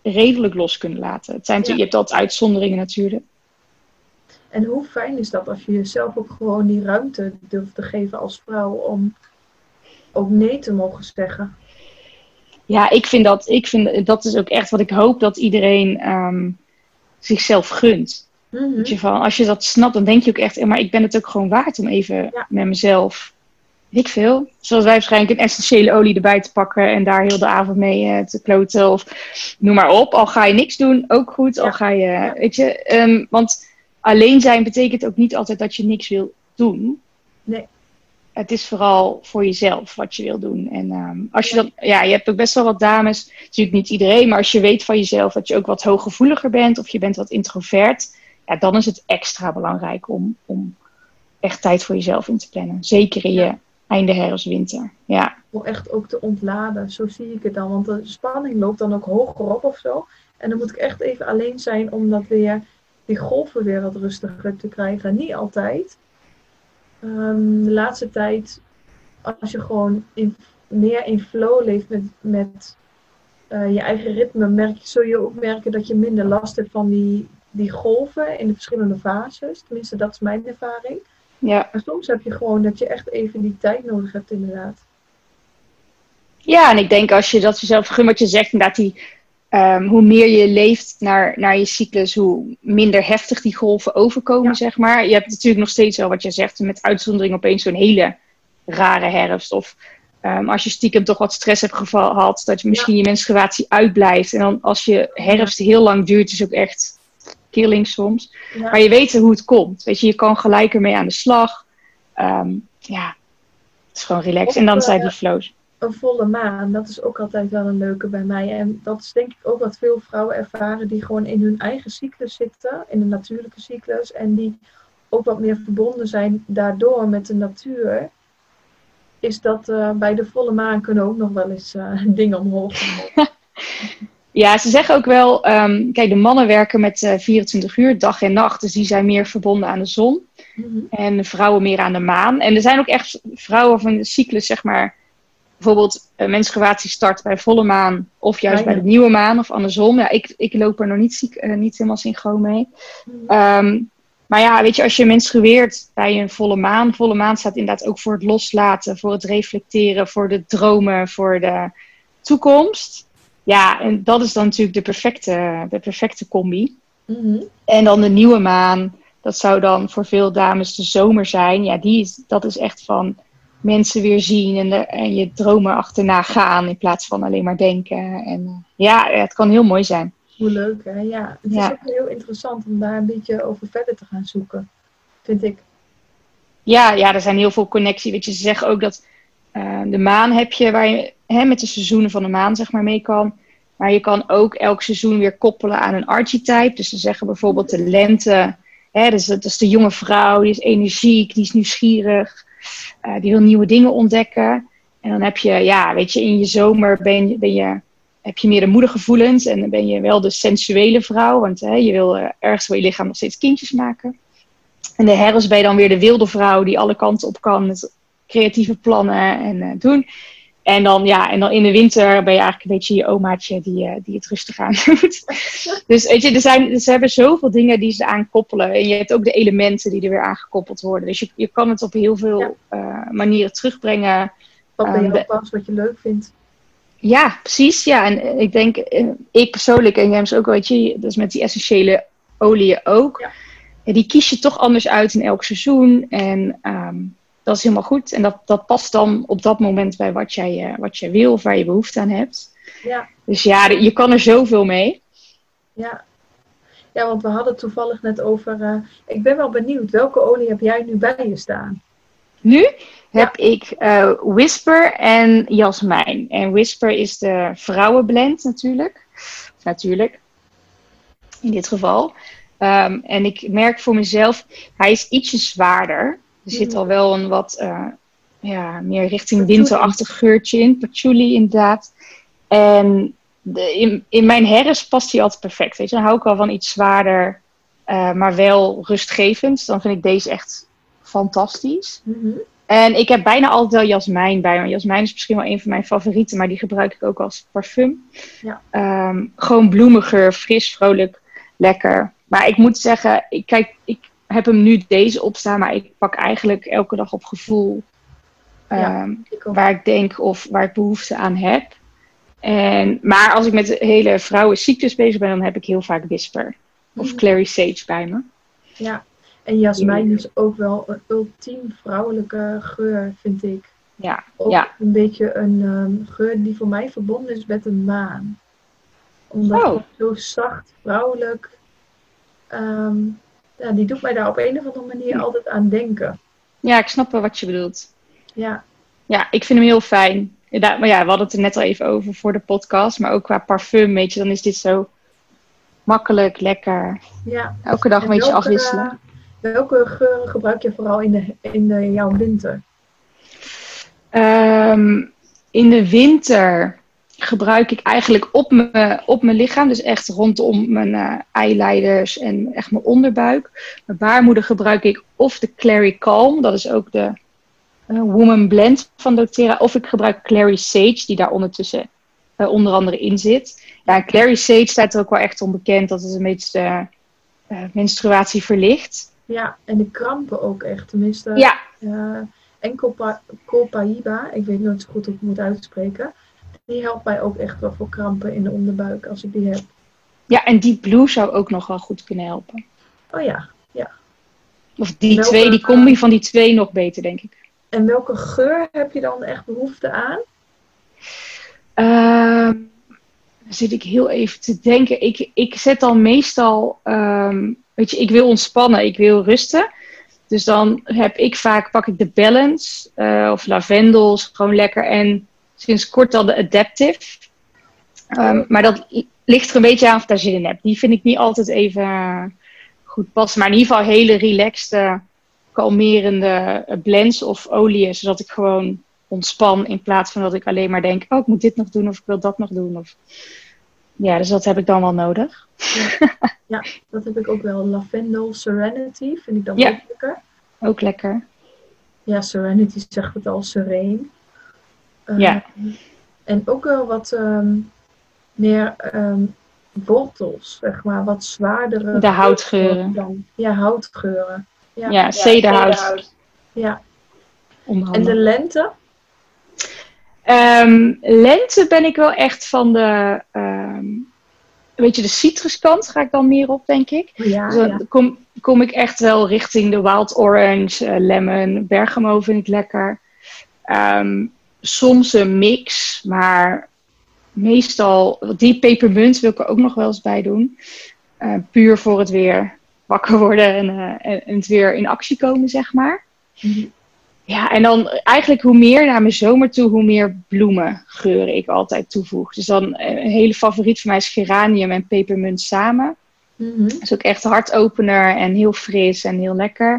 [SPEAKER 3] redelijk los kunnen laten. Het zijn je hebt altijd uitzonderingen natuurlijk.
[SPEAKER 2] En hoe fijn is dat als je jezelf ook gewoon die ruimte durft te geven als vrouw om ook nee te mogen zeggen?
[SPEAKER 3] Ja, ik vind dat is ook echt wat ik hoop dat iedereen zichzelf gunt.
[SPEAKER 2] Mm-hmm.
[SPEAKER 3] Weet je, van, als je dat snapt, dan denk je ook echt, maar ik ben het ook gewoon waard om even met mezelf, weet ik veel, zoals wij waarschijnlijk een essentiële olie erbij te pakken en daar heel de avond mee te kloten of noem maar op. Al ga je niks doen, ook goed. Al ga je, weet je, want alleen zijn betekent ook niet altijd dat je niks wil doen.
[SPEAKER 2] Nee.
[SPEAKER 3] Het is vooral voor jezelf wat je wil doen. En als je je hebt ook best wel wat dames, natuurlijk niet iedereen, maar als je weet van jezelf dat je ook wat hooggevoeliger bent of je bent wat introvert, ja, dan is het extra belangrijk om echt tijd voor jezelf in te plannen. Zeker in je einde herfst, winter. Ja.
[SPEAKER 2] Om echt ook te ontladen, zo zie ik het dan. Want de spanning loopt dan ook hoger op of zo. En dan moet ik echt even alleen zijn om dat weer, die golven weer wat rustiger te krijgen. Niet altijd. De laatste tijd, als je gewoon meer in flow leeft met je eigen ritme, zul je ook merken dat je minder last hebt van die golven in de verschillende fases. Tenminste, dat is mijn ervaring.
[SPEAKER 3] Ja.
[SPEAKER 2] Maar soms heb je gewoon dat je echt even die tijd nodig hebt, inderdaad.
[SPEAKER 3] Ja, en ik denk als je dat jezelf gunt, wat je zegt, inderdaad, hoe meer je leeft naar je cyclus, hoe minder heftig die golven overkomen, zeg maar. Je hebt natuurlijk nog steeds wel wat je zegt, met uitzondering opeens zo'n hele rare herfst. Of als je stiekem toch wat stress hebt gehad, dat je misschien je menstruatie uitblijft. En dan als je herfst heel lang duurt, is ook echt killing soms. Ja. Maar je weet hoe het komt. Weet je kan gelijk ermee aan de slag. Het is gewoon relaxed. En dan zijn die flows.
[SPEAKER 2] Een volle maan, dat is ook altijd wel een leuke bij mij. En dat is denk ik ook wat veel vrouwen ervaren die gewoon in hun eigen cyclus zitten. In de natuurlijke cyclus. En die ook wat meer verbonden zijn daardoor met de natuur. Is dat bij de volle maan kunnen ook nog wel eens dingen omhoog gaan.
[SPEAKER 3] Ja, ze zeggen ook wel, kijk, de mannen werken met 24 uur, dag en nacht. Dus die zijn meer verbonden aan de zon. Mm-hmm. En de vrouwen meer aan de maan. En er zijn ook echt vrouwen van de cyclus, zeg maar, bijvoorbeeld menstruatie start bij volle maan. Of juist bij de nieuwe maan of andersom. Ja, ik loop er nog niet helemaal synchroon mee. Mm-hmm. Maar ja, weet je, als je menstrueert bij een volle maan staat inderdaad ook voor het loslaten, voor het reflecteren, voor de dromen, voor de toekomst. Ja, en dat is dan natuurlijk de perfecte combi. Mm-hmm. En dan de nieuwe maan, dat zou dan voor veel dames de zomer zijn. Ja, dat is echt van mensen weer zien en je dromen achterna gaan in plaats van alleen maar denken. En het kan heel mooi zijn.
[SPEAKER 2] Hoe leuk, hè? Ja, het is ook heel interessant om daar een beetje over verder te gaan zoeken, vind ik.
[SPEAKER 3] Ja, er zijn heel veel connecties. Weet je, ze zeggen ook dat de maan heb je waar je met de seizoenen van de maan zeg maar mee kan. Maar je kan ook elk seizoen weer koppelen aan een archetype. Dus ze zeggen bijvoorbeeld de lente. Dus dat is de jonge vrouw, die is energiek, die is nieuwsgierig. Die wil nieuwe dingen ontdekken. En dan heb je, weet je, in je zomer heb je meer de moedergevoelens. En dan ben je wel de sensuele vrouw. Want je wil ergens van je lichaam nog steeds kindjes maken. En de herfst ben je dan weer de wilde vrouw die alle kanten op kan. Met creatieve plannen en doen. En dan in de winter ben je eigenlijk een beetje je omaatje die het rustig aan doet. Dus weet je, ze hebben zoveel dingen die ze aan koppelen. En je hebt ook de elementen die er weer aangekoppeld worden. Dus je kan het op heel veel manieren terugbrengen.
[SPEAKER 2] Wat bij jou past, wat je leuk vindt.
[SPEAKER 3] Ja, precies. Ja, en ik denk, ik persoonlijk, en James ook, weet je, dus met die essentiële oliën ook. Ja. Ja, die kies je toch anders uit in elk seizoen. En dat is helemaal goed. En dat past dan op dat moment bij wat jij wil of waar je behoefte aan hebt. Ja. Dus ja, je kan er zoveel mee.
[SPEAKER 2] Ja, want we hadden het toevallig net over... ik ben wel benieuwd, welke olie heb jij nu bij je staan?
[SPEAKER 3] Nu heb ik Whisper en Jasmijn. En Whisper is de vrouwenblend natuurlijk. Natuurlijk. In dit geval. En ik merk voor mezelf, hij is ietsje zwaarder. Er zit al wel een wat meer richting winterachtig geurtje in. Patchouli inderdaad. En in mijn herfst past hij altijd perfect. Weet je? Dan hou ik wel van iets zwaarder, maar wel rustgevend. Dan vind ik deze echt fantastisch. Mm-hmm. En ik heb bijna altijd wel jasmijn bij me. Jasmijn is misschien wel een van mijn favorieten, maar die gebruik ik ook als parfum.
[SPEAKER 2] Ja.
[SPEAKER 3] Gewoon bloemengeur, fris, vrolijk, lekker. Maar ik moet zeggen, ik heb hem nu deze opstaan, maar ik pak eigenlijk elke dag op gevoel waar ik denk of waar ik behoefte aan heb. Maar als ik met de hele vrouwencyclus bezig ben, dan heb ik heel vaak Whisper of Clary Sage bij me.
[SPEAKER 2] Ja, en jasmijn is ook wel een ultiem vrouwelijke geur, vind ik.
[SPEAKER 3] Ja,
[SPEAKER 2] Ook
[SPEAKER 3] ja.
[SPEAKER 2] een beetje een geur die voor mij verbonden is met de maan. Omdat het zo zacht, vrouwelijk. Die doet mij daar op een of andere manier altijd aan denken.
[SPEAKER 3] Ja, ik snap wel wat je bedoelt.
[SPEAKER 2] Ja.
[SPEAKER 3] Ja, ik vind hem heel fijn. Maar ja, we hadden het er net al even over voor de podcast. Maar ook qua parfum, weet je, dan is dit zo makkelijk, lekker.
[SPEAKER 2] Ja.
[SPEAKER 3] Elke dag een beetje afwisselen.
[SPEAKER 2] Welke geuren gebruik je vooral in jouw winter?
[SPEAKER 3] In de winter gebruik ik eigenlijk op mijn lichaam. Dus echt rondom mijn eileiders en echt mijn onderbuik. Mijn baarmoeder gebruik ik of de Clary Calm. Dat is ook de Woman Blend van doTERRA. Of ik gebruik Clary Sage, die daar ondertussen onder andere in zit. Ja, Clary Sage staat er ook wel echt onbekend. Dat het een beetje de menstruatie verlicht.
[SPEAKER 2] Ja, en de krampen ook echt. Tenminste,
[SPEAKER 3] ja.
[SPEAKER 2] En Copaiba, ik weet nooit zo goed hoe ik het moet uitspreken. Die helpt mij ook echt wel voor krampen in de onderbuik als ik die heb.
[SPEAKER 3] Ja, en Deep Blue zou ook nog wel goed kunnen helpen.
[SPEAKER 2] Oh ja, ja.
[SPEAKER 3] Of die combi van die twee nog beter, denk ik.
[SPEAKER 2] En welke geur heb je dan echt behoefte aan?
[SPEAKER 3] Dan zit ik heel even te denken. Ik zet dan meestal, weet je, ik wil ontspannen, ik wil rusten. Dus dan pak ik de Balance of lavendels, gewoon lekker. En sinds kort al de Adaptive. Maar dat ligt er een beetje aan of ik daar zin in heb. Die vind ik niet altijd even goed passen. Maar in ieder geval hele relaxed, kalmerende blends of oliën. Zodat ik gewoon ontspan in plaats van dat ik alleen maar denk, oh, ik moet dit nog doen of ik wil dat nog doen. Ja, dus dat heb ik dan wel nodig.
[SPEAKER 2] Ja, dat heb ik ook wel. Lavendel Serenity vind ik dan ook lekker.
[SPEAKER 3] Ook lekker.
[SPEAKER 2] Ja, Serenity zegt het al, sereen.
[SPEAKER 3] Ja.
[SPEAKER 2] En ook wel wat meer wortels, zeg maar. Wat zwaardere.
[SPEAKER 3] De houtgeuren.
[SPEAKER 2] Ja, houtgeuren.
[SPEAKER 3] Ja, cederhout.
[SPEAKER 2] Ja. En de lente?
[SPEAKER 3] Lente ben ik wel echt van de, weet je, de citruskant ga ik dan meer op, denk ik.
[SPEAKER 2] Ja,
[SPEAKER 3] dus dan kom ik echt wel richting de wild orange, lemon, bergamo vind ik lekker. Soms een mix, maar meestal, die pepermunt wil ik er ook nog wel eens bij doen. Puur voor het weer wakker worden en het weer in actie komen, zeg maar.
[SPEAKER 2] Mm-hmm.
[SPEAKER 3] Ja, en dan eigenlijk hoe meer naar mijn zomer toe, hoe meer bloemengeuren ik altijd toevoeg. Dus dan een hele favoriet van mij is geranium en pepermunt samen.
[SPEAKER 2] Mm-hmm.
[SPEAKER 3] Dat is ook echt hartopener en heel fris en heel lekker.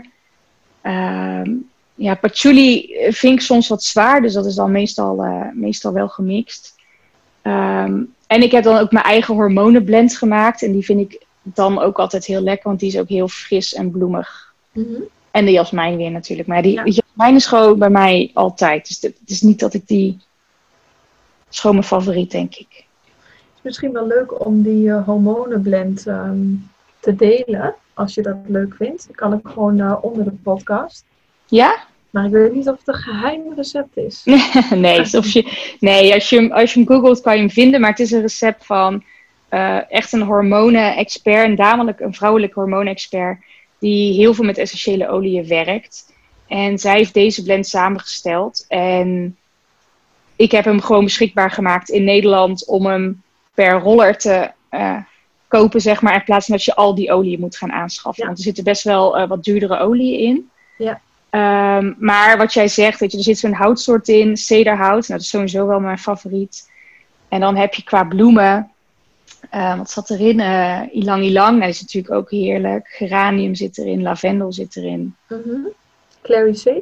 [SPEAKER 3] Patchouli vind ik soms wat zwaar, dus dat is dan meestal wel gemixt. En ik heb dan ook mijn eigen hormonenblend gemaakt. En die vind ik dan ook altijd heel lekker, want die is ook heel fris en bloemig.
[SPEAKER 2] Mm-hmm.
[SPEAKER 3] En de jasmijn weer natuurlijk. Maar die jasmijn is gewoon bij mij altijd. Dus het is niet dat ik die... Het is gewoon mijn favoriet, denk ik.
[SPEAKER 2] Het is misschien wel leuk om die hormonenblend te delen. Als je dat leuk vindt. Ik kan het gewoon onder de podcast.
[SPEAKER 3] Ja?
[SPEAKER 2] Maar ik weet niet of het een geheim recept is.
[SPEAKER 3] Nee, als je hem googelt kan je hem vinden. Maar het is een recept van echt een hormonen-expert. Een vrouwelijke hormonen-expert. Die heel veel met essentiële oliën werkt. En zij heeft deze blend samengesteld. En ik heb hem gewoon beschikbaar gemaakt in Nederland om hem per roller te kopen, zeg maar. In plaats van dat je al die oliën moet gaan aanschaffen.
[SPEAKER 2] Ja.
[SPEAKER 3] Want er zitten best wel wat duurdere oliën in.
[SPEAKER 2] Ja.
[SPEAKER 3] Maar wat jij zegt, weet je, er zit zo'n houtsoort in, cedarhout. Nou, dat is sowieso wel mijn favoriet. En dan heb je qua bloemen... wat zat erin? Ylang ylang. Nou, dat is natuurlijk ook heerlijk. Geranium zit erin. Lavendel zit erin.
[SPEAKER 2] Mm-hmm. Clary Sage?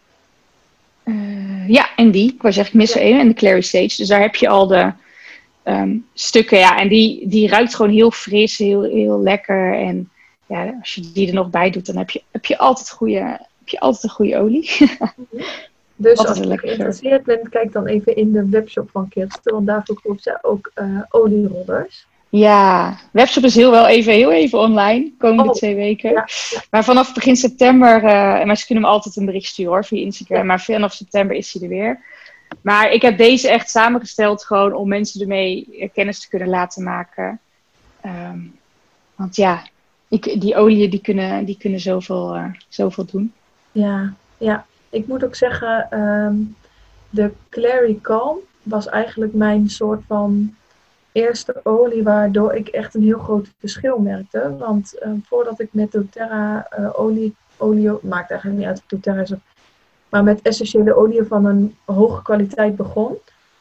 [SPEAKER 3] Ja, en die. Ik wou zeggen, ik mis er één. En de Clary Sage. Dus daar heb je al de stukken. Ja, en die ruikt gewoon heel fris. Heel, heel lekker. En ja, als je die er nog bij doet, dan heb je altijd heb je altijd een goede olie.
[SPEAKER 2] Dus
[SPEAKER 3] Altijd
[SPEAKER 2] als
[SPEAKER 3] een
[SPEAKER 2] je
[SPEAKER 3] lekker
[SPEAKER 2] geïnteresseerd bent, kijk dan even in de webshop van Kirsten. Want daar verkoopt zij ook olierollers.
[SPEAKER 3] Ja, webshop is heel even online, komende 2 weken.
[SPEAKER 2] Ja.
[SPEAKER 3] Maar vanaf begin september, maar ze kunnen me altijd een bericht sturen hoor, via Instagram.
[SPEAKER 2] Ja.
[SPEAKER 3] Maar vanaf september is hij er weer. Maar ik heb deze echt samengesteld gewoon om mensen ermee kennis te kunnen laten maken. Want ja, die oliën die kunnen zoveel doen.
[SPEAKER 2] Ja, ik moet ook zeggen, de Clary Calm was eigenlijk mijn soort van eerste olie waardoor ik echt een heel groot verschil merkte. Want voordat ik met doTERRA olie maakt eigenlijk niet uit of doTERRA is, maar met essentiële oliën van een hoge kwaliteit begon,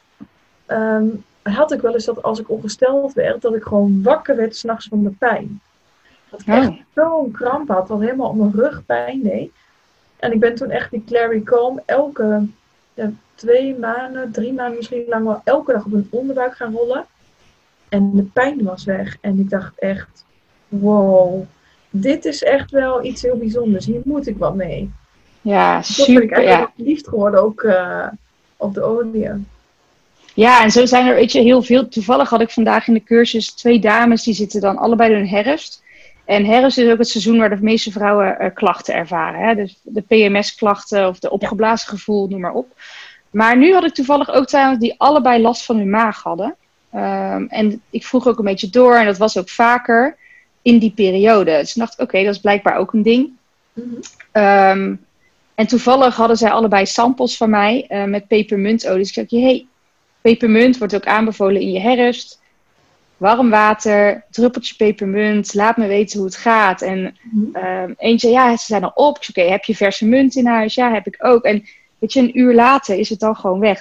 [SPEAKER 2] had ik wel eens dat als ik ongesteld werd, dat ik gewoon wakker werd 's nachts van de pijn. Dat ik echt zo'n kramp had, wat helemaal op mijn rug pijn deed. En ik ben toen echt die Clary Calm elke 2 maanden, 3 maanden misschien lang wel elke dag op mijn onderbuik gaan rollen. En de pijn was weg. En ik dacht echt, wow, dit is echt wel iets heel bijzonders. Hier moet ik wat mee.
[SPEAKER 3] Ja,
[SPEAKER 2] Toen ben ik
[SPEAKER 3] super.
[SPEAKER 2] eigenlijk verliefd geworden ook op de olie.
[SPEAKER 3] Ja, en zo zijn er heel veel. Toevallig had ik vandaag in de cursus 2 dames, die zitten dan allebei in hun herfst. En herfst is ook het seizoen waar de meeste vrouwen klachten ervaren. Hè? Dus de PMS-klachten of de opgeblazen gevoel, noem maar op. Maar nu had ik toevallig ook dames die allebei last van hun maag hadden. En ik vroeg ook een beetje door en dat was ook vaker in die periode. Dus ik dacht, oké, dat is blijkbaar ook een ding. Mm-hmm. En toevallig hadden zij allebei samples van mij met pepermuntolie. Dus ik zei, pepermunt wordt ook aanbevolen in je herfst. Warm water, druppeltje pepermunt, laat me weten hoe het gaat. En eentje, ze zijn al op. Ik zei, oké, heb je verse munt in huis? Ja, heb ik ook. En weet je, een uur later is het dan gewoon weg.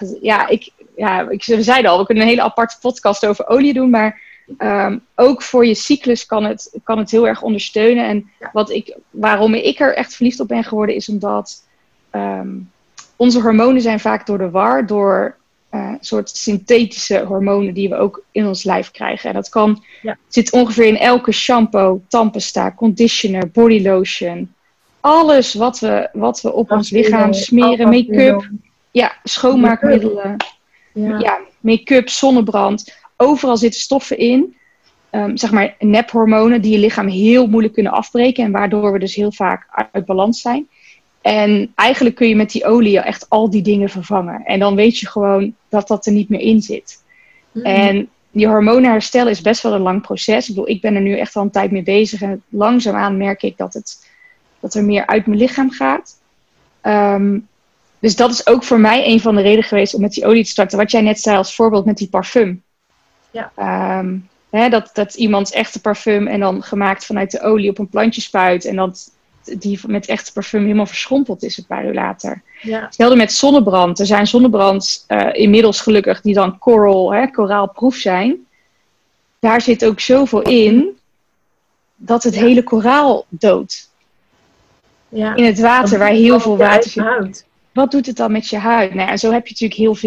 [SPEAKER 3] We zeiden al, we kunnen een hele aparte podcast over olie doen. Maar ook voor je cyclus kan het heel erg ondersteunen. En waarom ik er echt verliefd op ben geworden, is omdat onze hormonen zijn vaak door de war. Door soort synthetische hormonen die we ook in ons lijf krijgen. En dat zit ongeveer in elke shampoo, tandpasta, conditioner, body lotion. Alles wat we op ons lichaam smeren. Make-up, schoonmaakmiddelen. Make-up, zonnebrand. Overal zitten stoffen in. Zeg maar nephormonen die je lichaam heel moeilijk kunnen afbreken. En waardoor we dus heel vaak uit balans zijn. En eigenlijk kun je met die olie echt al die dingen vervangen. En dan weet je gewoon dat er niet meer in zit. En die hormonen herstellen is best wel een lang proces. Ik ben er nu echt al een tijd mee bezig. En langzaamaan merk ik dat er meer uit mijn lichaam gaat. Dus dat is ook voor mij een van de redenen geweest om met die olie te starten. Wat jij net zei als voorbeeld met die parfum. Ja. Dat iemands echte parfum en dan gemaakt vanuit de olie op een plantje spuit. En dat die met echte parfum helemaal verschrompeld is een paar uur later. Ja. Hetzelfde met zonnebrand. Er zijn zonnebrands inmiddels gelukkig die dan koraalproef zijn. Daar zit ook zoveel in dat het hele koraal doodt. Ja. In het water waar heel veel water zit. Wat doet het dan met je huid? Nou ja, en zo heb je natuurlijk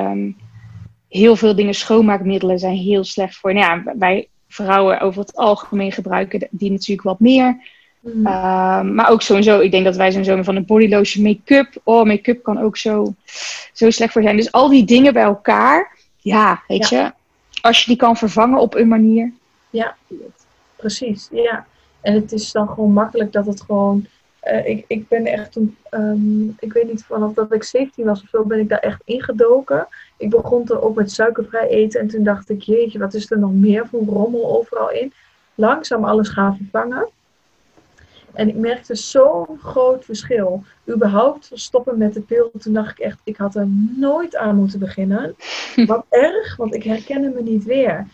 [SPEAKER 3] heel veel dingen. Schoonmaakmiddelen zijn heel slecht voor. Nou ja, wij vrouwen over het algemeen gebruiken die natuurlijk wat meer. Maar ook sowieso, ik denk dat wij sowieso van een body lotion, make-up. Make-up kan ook zo slecht voor zijn. Dus al die dingen bij elkaar, weet je, als je die kan vervangen op een manier.
[SPEAKER 2] Ja, precies. Ja. En het is dan gewoon makkelijk dat het gewoon. Ik ben echt ik weet niet, vanaf dat ik 17 was of zo, ben ik daar echt ingedoken. Ik begon er ook met suikervrij eten en toen dacht ik, jeetje, wat is er nog meer voor rommel overal in? Langzaam alles gaan vervangen. En ik merkte zo'n groot verschil. Überhaupt stoppen met de pil. Toen dacht ik echt, ik had er nooit aan moeten beginnen. Wat erg, want ik herkende me niet weer.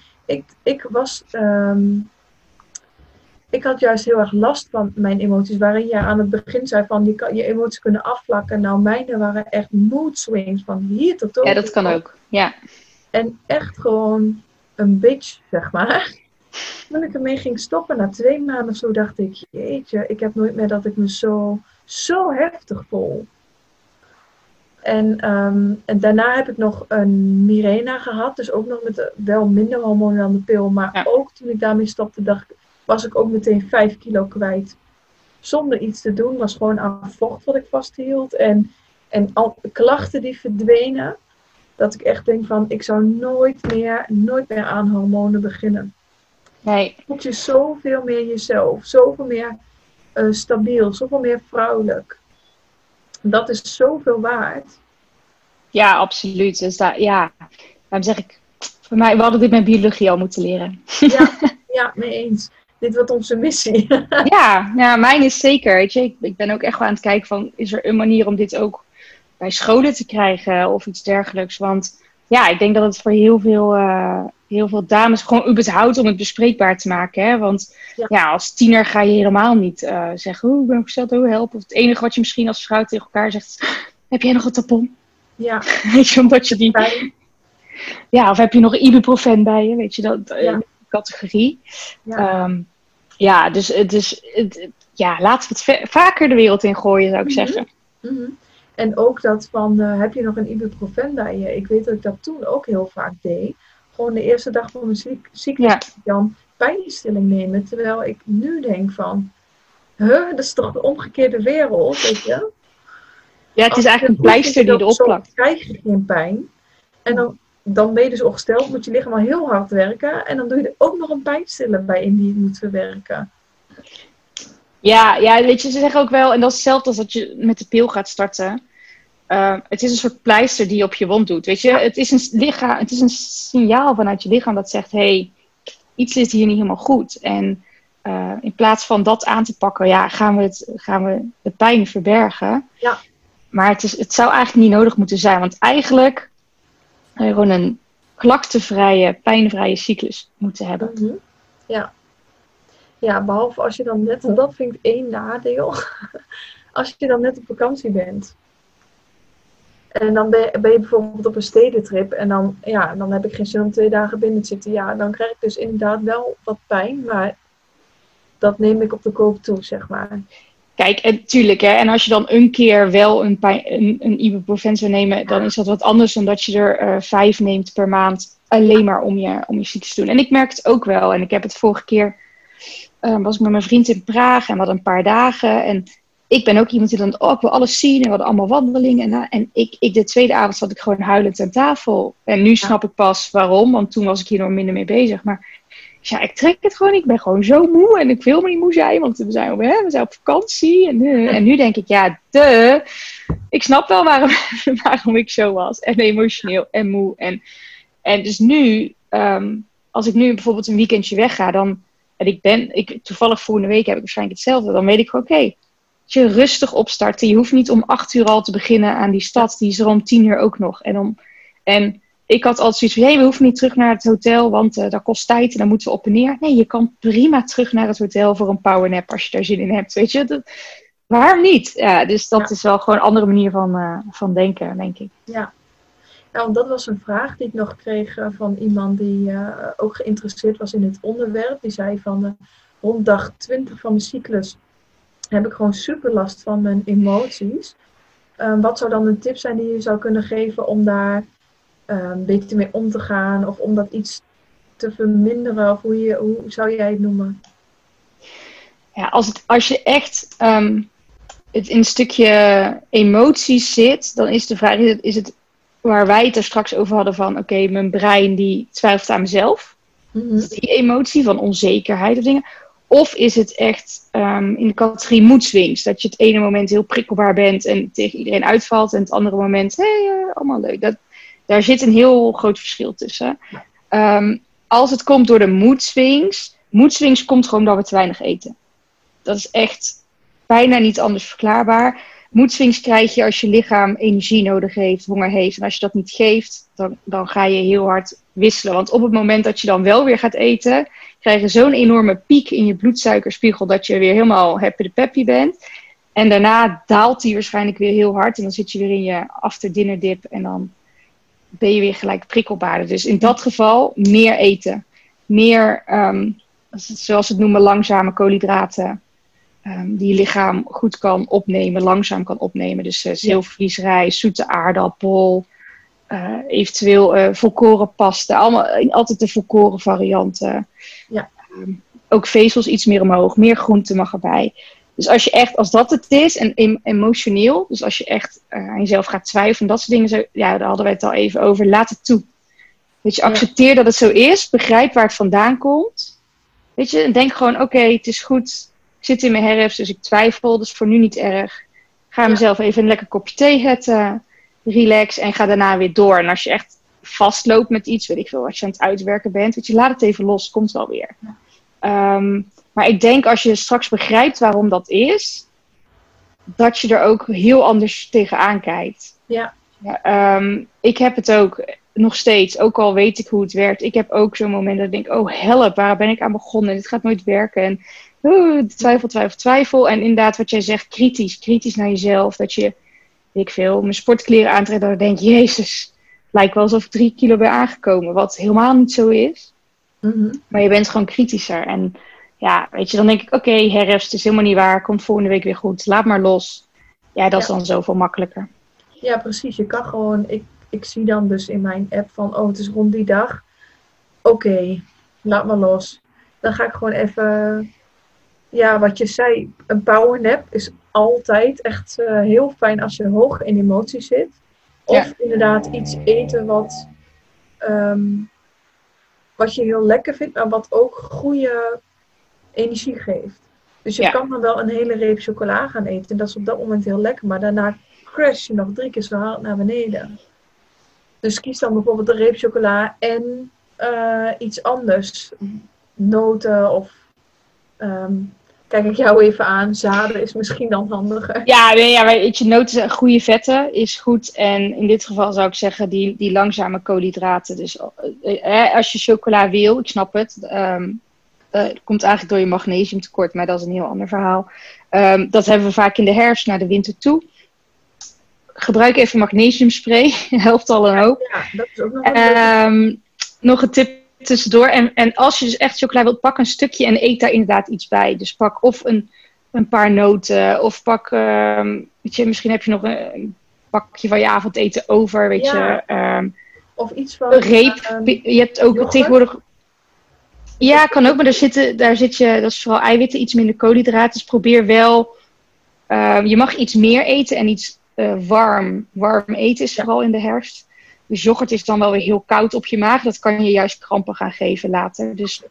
[SPEAKER 2] Ik had juist heel erg last van mijn emoties. Waarin je aan het begin zei van, je emoties kunnen afvlakken. Nou, mijne waren echt mood swings van hier tot over.
[SPEAKER 3] Ja, dat kan ook. Ja.
[SPEAKER 2] En echt gewoon een bitch, zeg maar. Toen ik ermee ging stoppen, na 2 maanden of zo, dacht ik, jeetje, ik heb nooit meer dat ik me zo heftig voel. En daarna heb ik nog een Mirena gehad, dus ook nog met wel minder hormonen dan de pil. Maar ook toen ik daarmee stopte, was ik ook meteen 5 kilo kwijt. zonder iets te doen. Was gewoon aan vocht wat ik vasthield. En al klachten die verdwenen. Dat ik echt denk van, ik zou nooit meer aan hormonen beginnen.
[SPEAKER 3] Nee.
[SPEAKER 2] Je voelt je zoveel meer jezelf. Zoveel meer stabiel. Zoveel meer vrouwelijk. Dat is zoveel waard.
[SPEAKER 3] Ja, absoluut. Dus daarom zeg ik, voor mij, we hadden dit met biologie al moeten leren.
[SPEAKER 2] Ja, mee eens. Dit wordt onze missie.
[SPEAKER 3] Ja, mijn is zeker. Weet je, ik ben ook echt wel aan het kijken van, is er een manier om dit ook bij scholen te krijgen of iets dergelijks? Want ja, ik denk dat het voor heel veel dames gewoon überhaupt om het bespreekbaar te maken. Hè? Want als tiener ga je helemaal niet zeggen, ik ben ongesteld, helpen. Of het enige wat je misschien als vrouw tegen elkaar zegt, heb jij nog een tampon?
[SPEAKER 2] Ja.
[SPEAKER 3] Weet je, omdat je die... Ja, of heb je nog ibuprofen bij je? Weet je, dat categorie.
[SPEAKER 2] Ja.
[SPEAKER 3] Dus laten we het vaker de wereld in gooien, zou ik zeggen.
[SPEAKER 2] Mm-hmm. En ook dat van, heb je nog een ibuprofen bij je? Ik weet dat ik dat toen ook heel vaak deed. Gewoon de eerste dag van mijn cyclus dan pijnstilling nemen. Terwijl ik nu denk van, dat is toch de omgekeerde wereld, weet je?
[SPEAKER 3] Ja, het is eigenlijk een pleister die erop plakt.
[SPEAKER 2] Dan krijg je geen pijn. En dan ben je dus ongesteld, moet je lichaam al heel hard werken. En dan doe je er ook nog een pijnstiller bij in die je moet verwerken. Ja,
[SPEAKER 3] weet je, ze zeggen ook wel, en dat is hetzelfde als dat je met de pil gaat starten. Het is een soort pleister die je op je wond doet. Weet je, het is een signaal vanuit je lichaam dat zegt, hey, iets is hier niet helemaal goed. En in plaats van dat aan te pakken, gaan we de pijn verbergen. Ja. Maar het zou eigenlijk niet nodig moeten zijn. Want eigenlijk gewoon een klaktenvrije, pijnvrije cyclus moeten hebben.
[SPEAKER 2] Mm-hmm. Ja, behalve als je dan net, dat vind ik één nadeel, als je dan net op vakantie bent. En dan ben je bijvoorbeeld op een stedentrip en dan heb ik geen zin om 2 dagen binnen te zitten. Ja, dan krijg ik dus inderdaad wel wat pijn, maar dat neem ik op de koop toe, zeg maar.
[SPEAKER 3] Kijk, en tuurlijk, hè, en als je dan een keer wel een ibuprofen zou nemen, dan is dat wat anders dan dat je er 5 neemt per maand alleen maar om je cyclus te doen. En ik merk het ook wel, en ik heb het vorige keer, was ik met mijn vriend in Praag en we hadden een paar dagen. En ik ben ook iemand die dan, ik wil alles zien en we hadden allemaal wandelingen. En ik de tweede avond zat ik gewoon huilend aan tafel. En nu snap ik pas waarom, want toen was ik hier nog minder mee bezig. Maar ik trek het gewoon, ik ben gewoon zo moe en ik wil me niet moe zijn, want we zijn op vakantie. En nu denk ik, ik snap wel waarom ik zo was. En emotioneel en moe. En dus nu, als ik nu bijvoorbeeld een weekendje wegga, dan... En toevallig volgende week heb ik waarschijnlijk hetzelfde. Dan weet ik gewoon, oké, je rustig opstarten. Je hoeft niet om 8:00 al te beginnen aan die stad. Die is er om 10:00 ook nog. En ik had altijd zoiets van, we hoeven niet terug naar het hotel, want dat kost tijd en dan moeten we op en neer. Nee, je kan prima terug naar het hotel voor een powernap als je daar zin in hebt. Weet je, waarom niet? Ja, dus dat is wel gewoon een andere manier van denken, denk ik.
[SPEAKER 2] Ja. Want dat was een vraag die ik nog kreeg van iemand die ook geïnteresseerd was in het onderwerp. Die zei van rond dag 20 van mijn cyclus heb ik gewoon super last van mijn emoties. Wat zou dan een tip zijn die je zou kunnen geven om daar een beetje mee om te gaan? Of om dat iets te verminderen? Of hoe zou jij het noemen?
[SPEAKER 3] Ja, als je echt het in een stukje emoties zit, dan is de vraag, is het waar wij het er straks over hadden van, oké, mijn brein die twijfelt aan mezelf. Mm-hmm. Die emotie van onzekerheid of dingen. Of is het echt in de categorie mood swings. Dat je het ene moment heel prikkelbaar bent en tegen iedereen uitvalt. En het andere moment, allemaal leuk. Daar zit een heel groot verschil tussen. Als het komt door de mood swings komt gewoon omdat we te weinig eten. Dat is echt bijna niet anders verklaarbaar. Mood swings krijg je als je lichaam energie nodig heeft, honger heeft. En als je dat niet geeft, dan ga je heel hard wisselen. Want op het moment dat je dan wel weer gaat eten, krijg je zo'n enorme piek in je bloedsuikerspiegel dat je weer helemaal happy de peppy bent. En daarna daalt die waarschijnlijk weer heel hard. En dan zit je weer in je after dinner dip en dan ben je weer gelijk prikkelbaarder. Dus in dat geval meer eten. Meer, zoals ze het noemen, langzame koolhydraten. Die je lichaam goed kan opnemen, langzaam kan opnemen. Dus zilvervliesrijst, zoete aardappel, eventueel volkoren pasta. Altijd de volkoren varianten. Ja. Ook vezels iets meer omhoog, meer groente mag erbij. Dus als dat het is en emotioneel, dus als je echt aan jezelf gaat twijfelen en dat soort dingen, daar hadden we het al even over, laat het toe. Weet je, accepteer dat het zo is, begrijp waar het vandaan komt. Weet je, en denk gewoon, oké, het is goed, ik zit in mijn herfst, dus ik twijfel, dus voor nu niet erg. Ga mezelf even een lekker kopje thee zetten, relax en ga daarna weer door. En als je echt vastloopt met iets, weet ik veel, als je aan het uitwerken bent, weet je, laat het even los, komt wel weer. Maar ik denk als je straks begrijpt waarom dat is, dat je er ook heel anders tegenaan kijkt.
[SPEAKER 2] Ja.
[SPEAKER 3] Ik heb het ook nog steeds, ook al weet ik hoe het werkt. Ik heb ook zo'n moment dat ik denk, oh help, waar ben ik aan begonnen? Dit gaat nooit werken. En twijfel. En inderdaad wat jij zegt, kritisch naar jezelf. Dat je, weet ik veel, mijn sportkleren aantrekt, dat ik denk, jezus, lijkt wel alsof ik 3 kilo ben aangekomen. Wat helemaal niet zo is.
[SPEAKER 2] Mm-hmm.
[SPEAKER 3] Maar je bent gewoon kritischer. En ja, weet je, dan denk ik, oké, herfst is helemaal niet waar. Komt volgende week weer goed. Laat maar los. Ja, dat is dan zoveel makkelijker.
[SPEAKER 2] Ja, precies. Je kan gewoon, ik zie dan dus in mijn app van, oh, het is rond die dag. Oké, laat maar los. Dan ga ik gewoon even, ja, wat je zei, een powernap is altijd echt heel fijn als je hoog in emoties zit. Of inderdaad iets eten wat je heel lekker vindt, maar wat ook goede energie geeft. Dus je kan dan wel een hele reep chocola gaan eten. En dat is op dat moment heel lekker. Maar daarna crash je nog 3 keer zo hard naar beneden. Dus kies dan bijvoorbeeld een reep chocola en iets anders. Noten of... kijk ik jou even aan. Zaden is misschien dan handiger.
[SPEAKER 3] Ja, weet je, noten, goede vetten is goed. En in dit geval zou ik zeggen die langzame koolhydraten. Dus als je chocola wil, ik snap het... Het komt eigenlijk door je magnesiumtekort, maar dat is een heel ander verhaal. Dat hebben we vaak in de herfst naar de winter toe. Gebruik even magnesiumspray, helpt al een hoop.
[SPEAKER 2] Ja, dat is ook nog een
[SPEAKER 3] nog een tip tussendoor. En als je dus echt chocola wilt, pak een stukje en eet daar inderdaad iets bij. Dus pak of een paar noten, of pak, weet je, misschien heb je nog een pakje van je avondeten over, weet je.
[SPEAKER 2] Of iets van...
[SPEAKER 3] Reep, je hebt ook
[SPEAKER 2] yoghurt.
[SPEAKER 3] Tegenwoordig... Ja, kan ook, maar daar zit je, dat is vooral eiwitten, iets minder koolhydraten. Dus probeer wel, je mag iets meer eten en iets warm eten is vooral in de herfst. Dus yoghurt is dan wel weer heel koud op je maag. Dat kan je juist krampen gaan geven later. Dus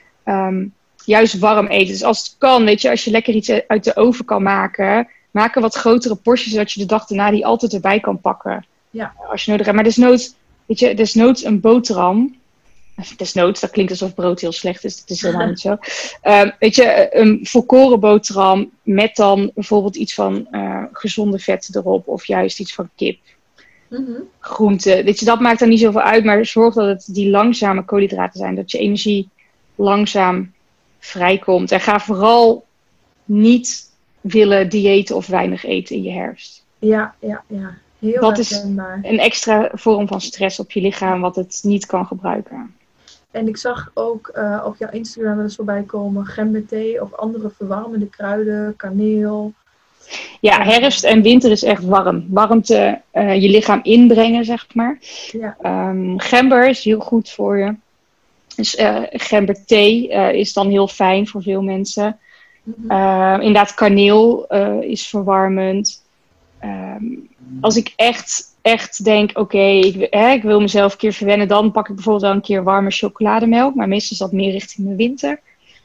[SPEAKER 3] juist warm eten. Dus als het kan, weet je, als je lekker iets uit de oven kan maken, maak een wat grotere porties, zodat je de dag daarna die altijd erbij kan pakken.
[SPEAKER 2] Ja.
[SPEAKER 3] Als je nodig hebt. Maar desnoods, weet je, desnoods een boterham. Desnoods, dat klinkt alsof brood heel slecht is. Dat is helemaal niet zo. Weet je, een volkoren boterham met dan bijvoorbeeld iets van gezonde vetten erop. Of juist iets van kip.
[SPEAKER 2] Mm-hmm.
[SPEAKER 3] Groenten. Weet je, dat maakt dan niet zoveel uit. Maar zorg dat het die langzame koolhydraten zijn. Dat je energie langzaam vrijkomt. En ga vooral niet willen diëten of weinig eten in je herfst.
[SPEAKER 2] Ja. Heel
[SPEAKER 3] dat is
[SPEAKER 2] herkenbaar.
[SPEAKER 3] een extra vorm van stress op je lichaam wat het niet kan gebruiken.
[SPEAKER 2] En ik zag ook op jouw Instagram wel eens voorbij komen gemberthee of andere verwarmende kruiden, kaneel.
[SPEAKER 3] Ja, herfst en winter is echt warm. Warmte je lichaam inbrengen, zeg maar.
[SPEAKER 2] Ja.
[SPEAKER 3] Gember is heel goed voor je. Dus gemberthee is dan heel fijn voor veel mensen.
[SPEAKER 2] Mm-hmm.
[SPEAKER 3] Inderdaad, kaneel is verwarmend. Als ik echt denk, oké, ik wil mezelf een keer verwennen, dan pak ik bijvoorbeeld wel een keer warme chocolademelk. Maar meestal is dat meer richting de winter.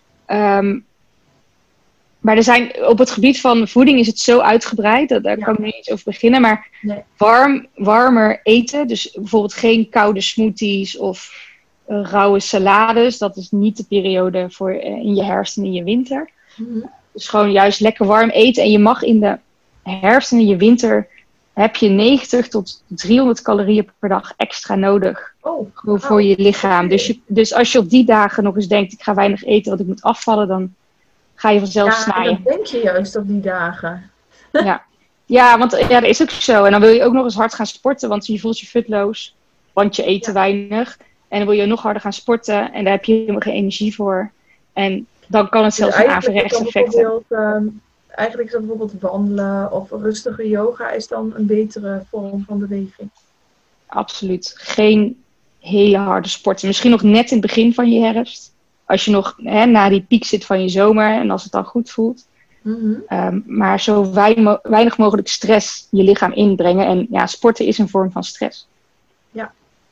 [SPEAKER 3] Maar er zijn, op het gebied van voeding is het zo uitgebreid, daar kan ik niet iets over beginnen. Maar warmer eten, dus bijvoorbeeld geen koude smoothies of rauwe salades. Dat is niet de periode voor in je herfst en in je winter.
[SPEAKER 2] Mm-hmm.
[SPEAKER 3] Dus gewoon juist lekker warm eten. En je mag in de herfst en in je winter heb je 90 tot 300 calorieën per dag extra nodig. Voor je lichaam. Dus als je op die dagen nog eens denkt, ik ga weinig eten, want ik moet afvallen, dan ga je vanzelf snijden.
[SPEAKER 2] Ja, dat denk je juist op die dagen.
[SPEAKER 3] Ja, want dat is ook zo. En dan wil je ook nog eens hard gaan sporten, want je voelt je futloos, want je eet te weinig. En dan wil je nog harder gaan sporten en daar heb je helemaal geen energie voor. En dan kan het zelfs een averechts effect hebben.
[SPEAKER 2] Eigenlijk is dat bijvoorbeeld wandelen of rustige yoga is dan een betere vorm van beweging.
[SPEAKER 3] Absoluut. Geen hele harde sporten. Misschien nog net in het begin van je herfst. Als je nog na die piek zit van je zomer en als het dan goed voelt. Maar zo weinig mogelijk stress je lichaam inbrengen. En ja, sporten is een vorm van stress.
[SPEAKER 2] Ja.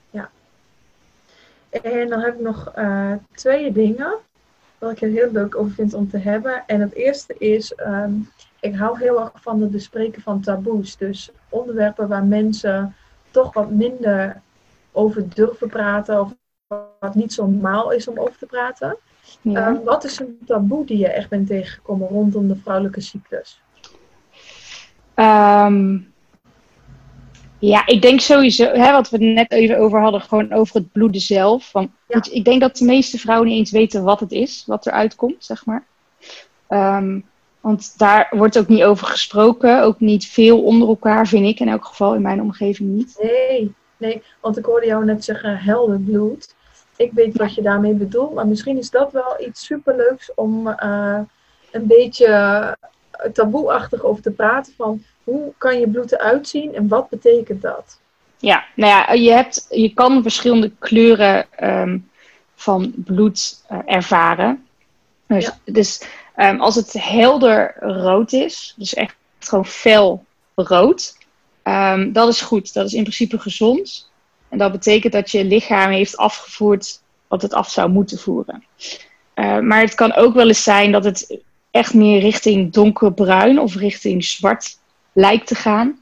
[SPEAKER 2] En dan heb ik nog 2 dingen wat ik er heel leuk over vind om te hebben. En het eerste is, ik hou heel erg van het bespreken van taboes. Dus onderwerpen waar mensen toch wat minder over durven praten. Of wat niet zo normaal is om over te praten.
[SPEAKER 3] Ja.
[SPEAKER 2] Wat is een taboe die je echt bent tegengekomen rondom de vrouwelijke cyclus?
[SPEAKER 3] Ja, ik denk sowieso, wat we het net even over hadden, gewoon over het bloeden zelf. Ik denk dat de meeste vrouwen niet eens weten wat het is, wat eruit komt, zeg maar. Want daar wordt ook niet over gesproken, ook niet veel onder elkaar, vind ik in elk geval, in mijn omgeving niet.
[SPEAKER 2] Nee, want ik hoorde jou net zeggen helder bloed. Ik weet wat je daarmee bedoelt, maar misschien is dat wel iets superleuks om een beetje taboeachtig over te praten van hoe kan je bloed eruit zien en wat betekent dat?
[SPEAKER 3] Ja, nou ja, je kan verschillende kleuren van bloed ervaren. Dus als het helder rood is, dus echt gewoon fel rood, dat is goed. Dat is in principe gezond. En dat betekent dat je lichaam heeft afgevoerd wat het af zou moeten voeren. Maar het kan ook wel eens zijn dat het echt meer richting donkerbruin of richting zwart lijkt te gaan.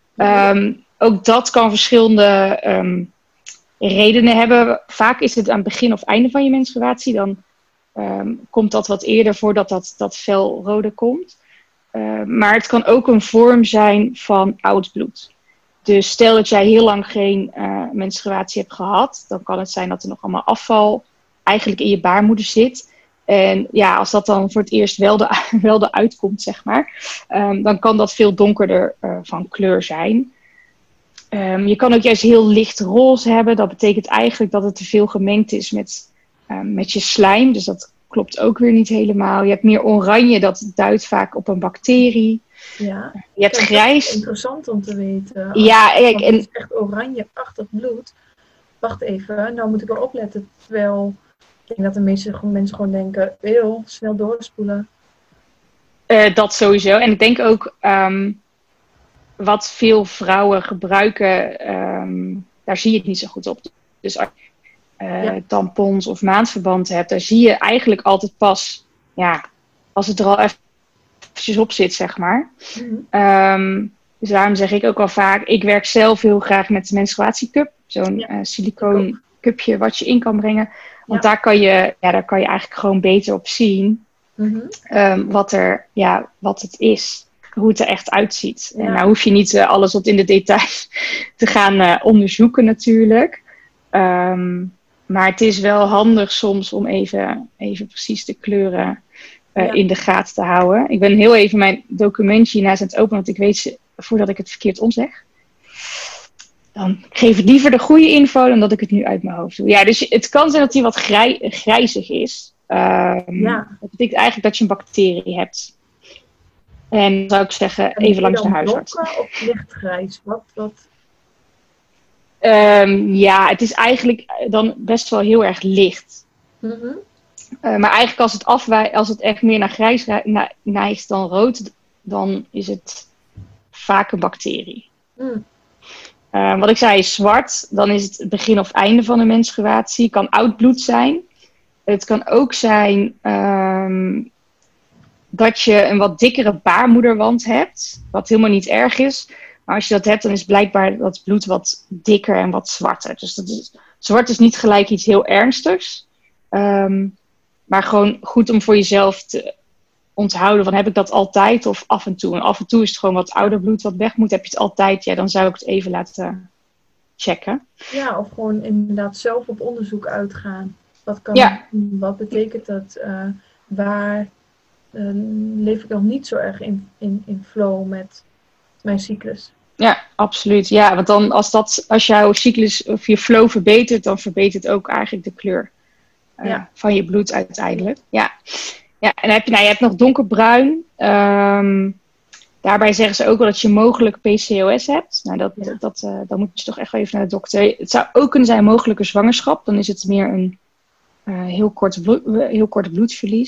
[SPEAKER 3] Ook dat kan verschillende redenen hebben. Vaak is het aan het begin of einde van je menstruatie. Dan komt dat wat eerder voordat dat felrode komt. Maar het kan ook een vorm zijn van oud bloed. Dus stel dat jij heel lang geen menstruatie hebt gehad. Dan kan het zijn dat er nog allemaal afval eigenlijk in je baarmoeder zit. En ja, als dat dan voor het eerst wel eruit komt, zeg maar. Dan kan dat veel donkerder van kleur zijn. Je kan ook juist heel licht roze hebben. Dat betekent eigenlijk dat het te veel gemengd is met je slijm. Dus dat klopt ook weer niet helemaal. Je hebt meer oranje, dat duidt vaak op een bacterie.
[SPEAKER 2] Ja,
[SPEAKER 3] je hebt grijs.
[SPEAKER 2] Dat is interessant om te weten.
[SPEAKER 3] Ja, kijk,
[SPEAKER 2] het is echt oranjeachtig bloed. Wacht even, nou moet ik wel opletten. Terwijl ik denk dat de meeste mensen gewoon denken, heel snel doorspoelen.
[SPEAKER 3] Dat sowieso. En ik denk ook wat veel vrouwen gebruiken, daar zie je het niet zo goed op. Dus als je tampons of maandverband hebt, daar zie je eigenlijk altijd pas, als het er al eventjes op zit, zeg maar. Dus daarom zeg ik ook al vaak, ik werk zelf heel graag met de menstruatiecup. Zo'n silicoon cupje wat je in kan brengen. Want daar kan je eigenlijk gewoon beter op zien wat het is. Hoe het er echt uitziet. En nou hoef je niet alles tot in de details te gaan onderzoeken natuurlijk. Maar het is wel handig soms om even precies de kleuren in de gaten te houden. Ik ben heel even mijn documentje hiernaast aan het openen, want ik weet voordat ik het verkeerd omzeg. Dan geef ik liever de goede info dan dat ik het nu uit mijn hoofd doe. Ja, dus het kan zijn dat hij wat grijzig is. Dat betekent eigenlijk dat je een bacterie hebt. En dan zou ik zeggen, even langs de huisarts.
[SPEAKER 2] Donker of lichtgrijs? Wat?
[SPEAKER 3] Het is eigenlijk dan best wel heel erg licht. Maar eigenlijk als het echt meer naar grijs neigt dan rood, dan is het vaak een bacterie. Wat ik zei is zwart, dan is het begin of einde van de menstruatie. Het kan oud bloed zijn. Het kan ook zijn dat je een wat dikkere baarmoederwand hebt, wat helemaal niet erg is. Maar als je dat hebt, dan is blijkbaar dat bloed wat dikker en wat zwarter. Dus zwart is niet gelijk iets heel ernstigs. Maar gewoon goed om voor jezelf te onthouden van, heb ik dat altijd of af en toe? En af en toe is het gewoon wat ouder bloed wat weg moet. Heb je het altijd? Ja, dan zou ik het even laten checken.
[SPEAKER 2] Ja, of gewoon inderdaad zelf op onderzoek uitgaan. Wat betekent dat? Waar leef ik nog niet zo erg in flow met mijn cyclus?
[SPEAKER 3] Ja, absoluut. Ja, want dan als jouw cyclus of je flow verbetert, dan verbetert ook eigenlijk de kleur van je bloed uiteindelijk. Ja, en dan heb je hebt nog donkerbruin. Daarbij zeggen ze ook wel dat je mogelijk PCOS hebt. Nou, dan moet je toch echt even naar de dokter. Het zou ook kunnen zijn mogelijke zwangerschap. Dan is het meer een heel kort bloedverlies.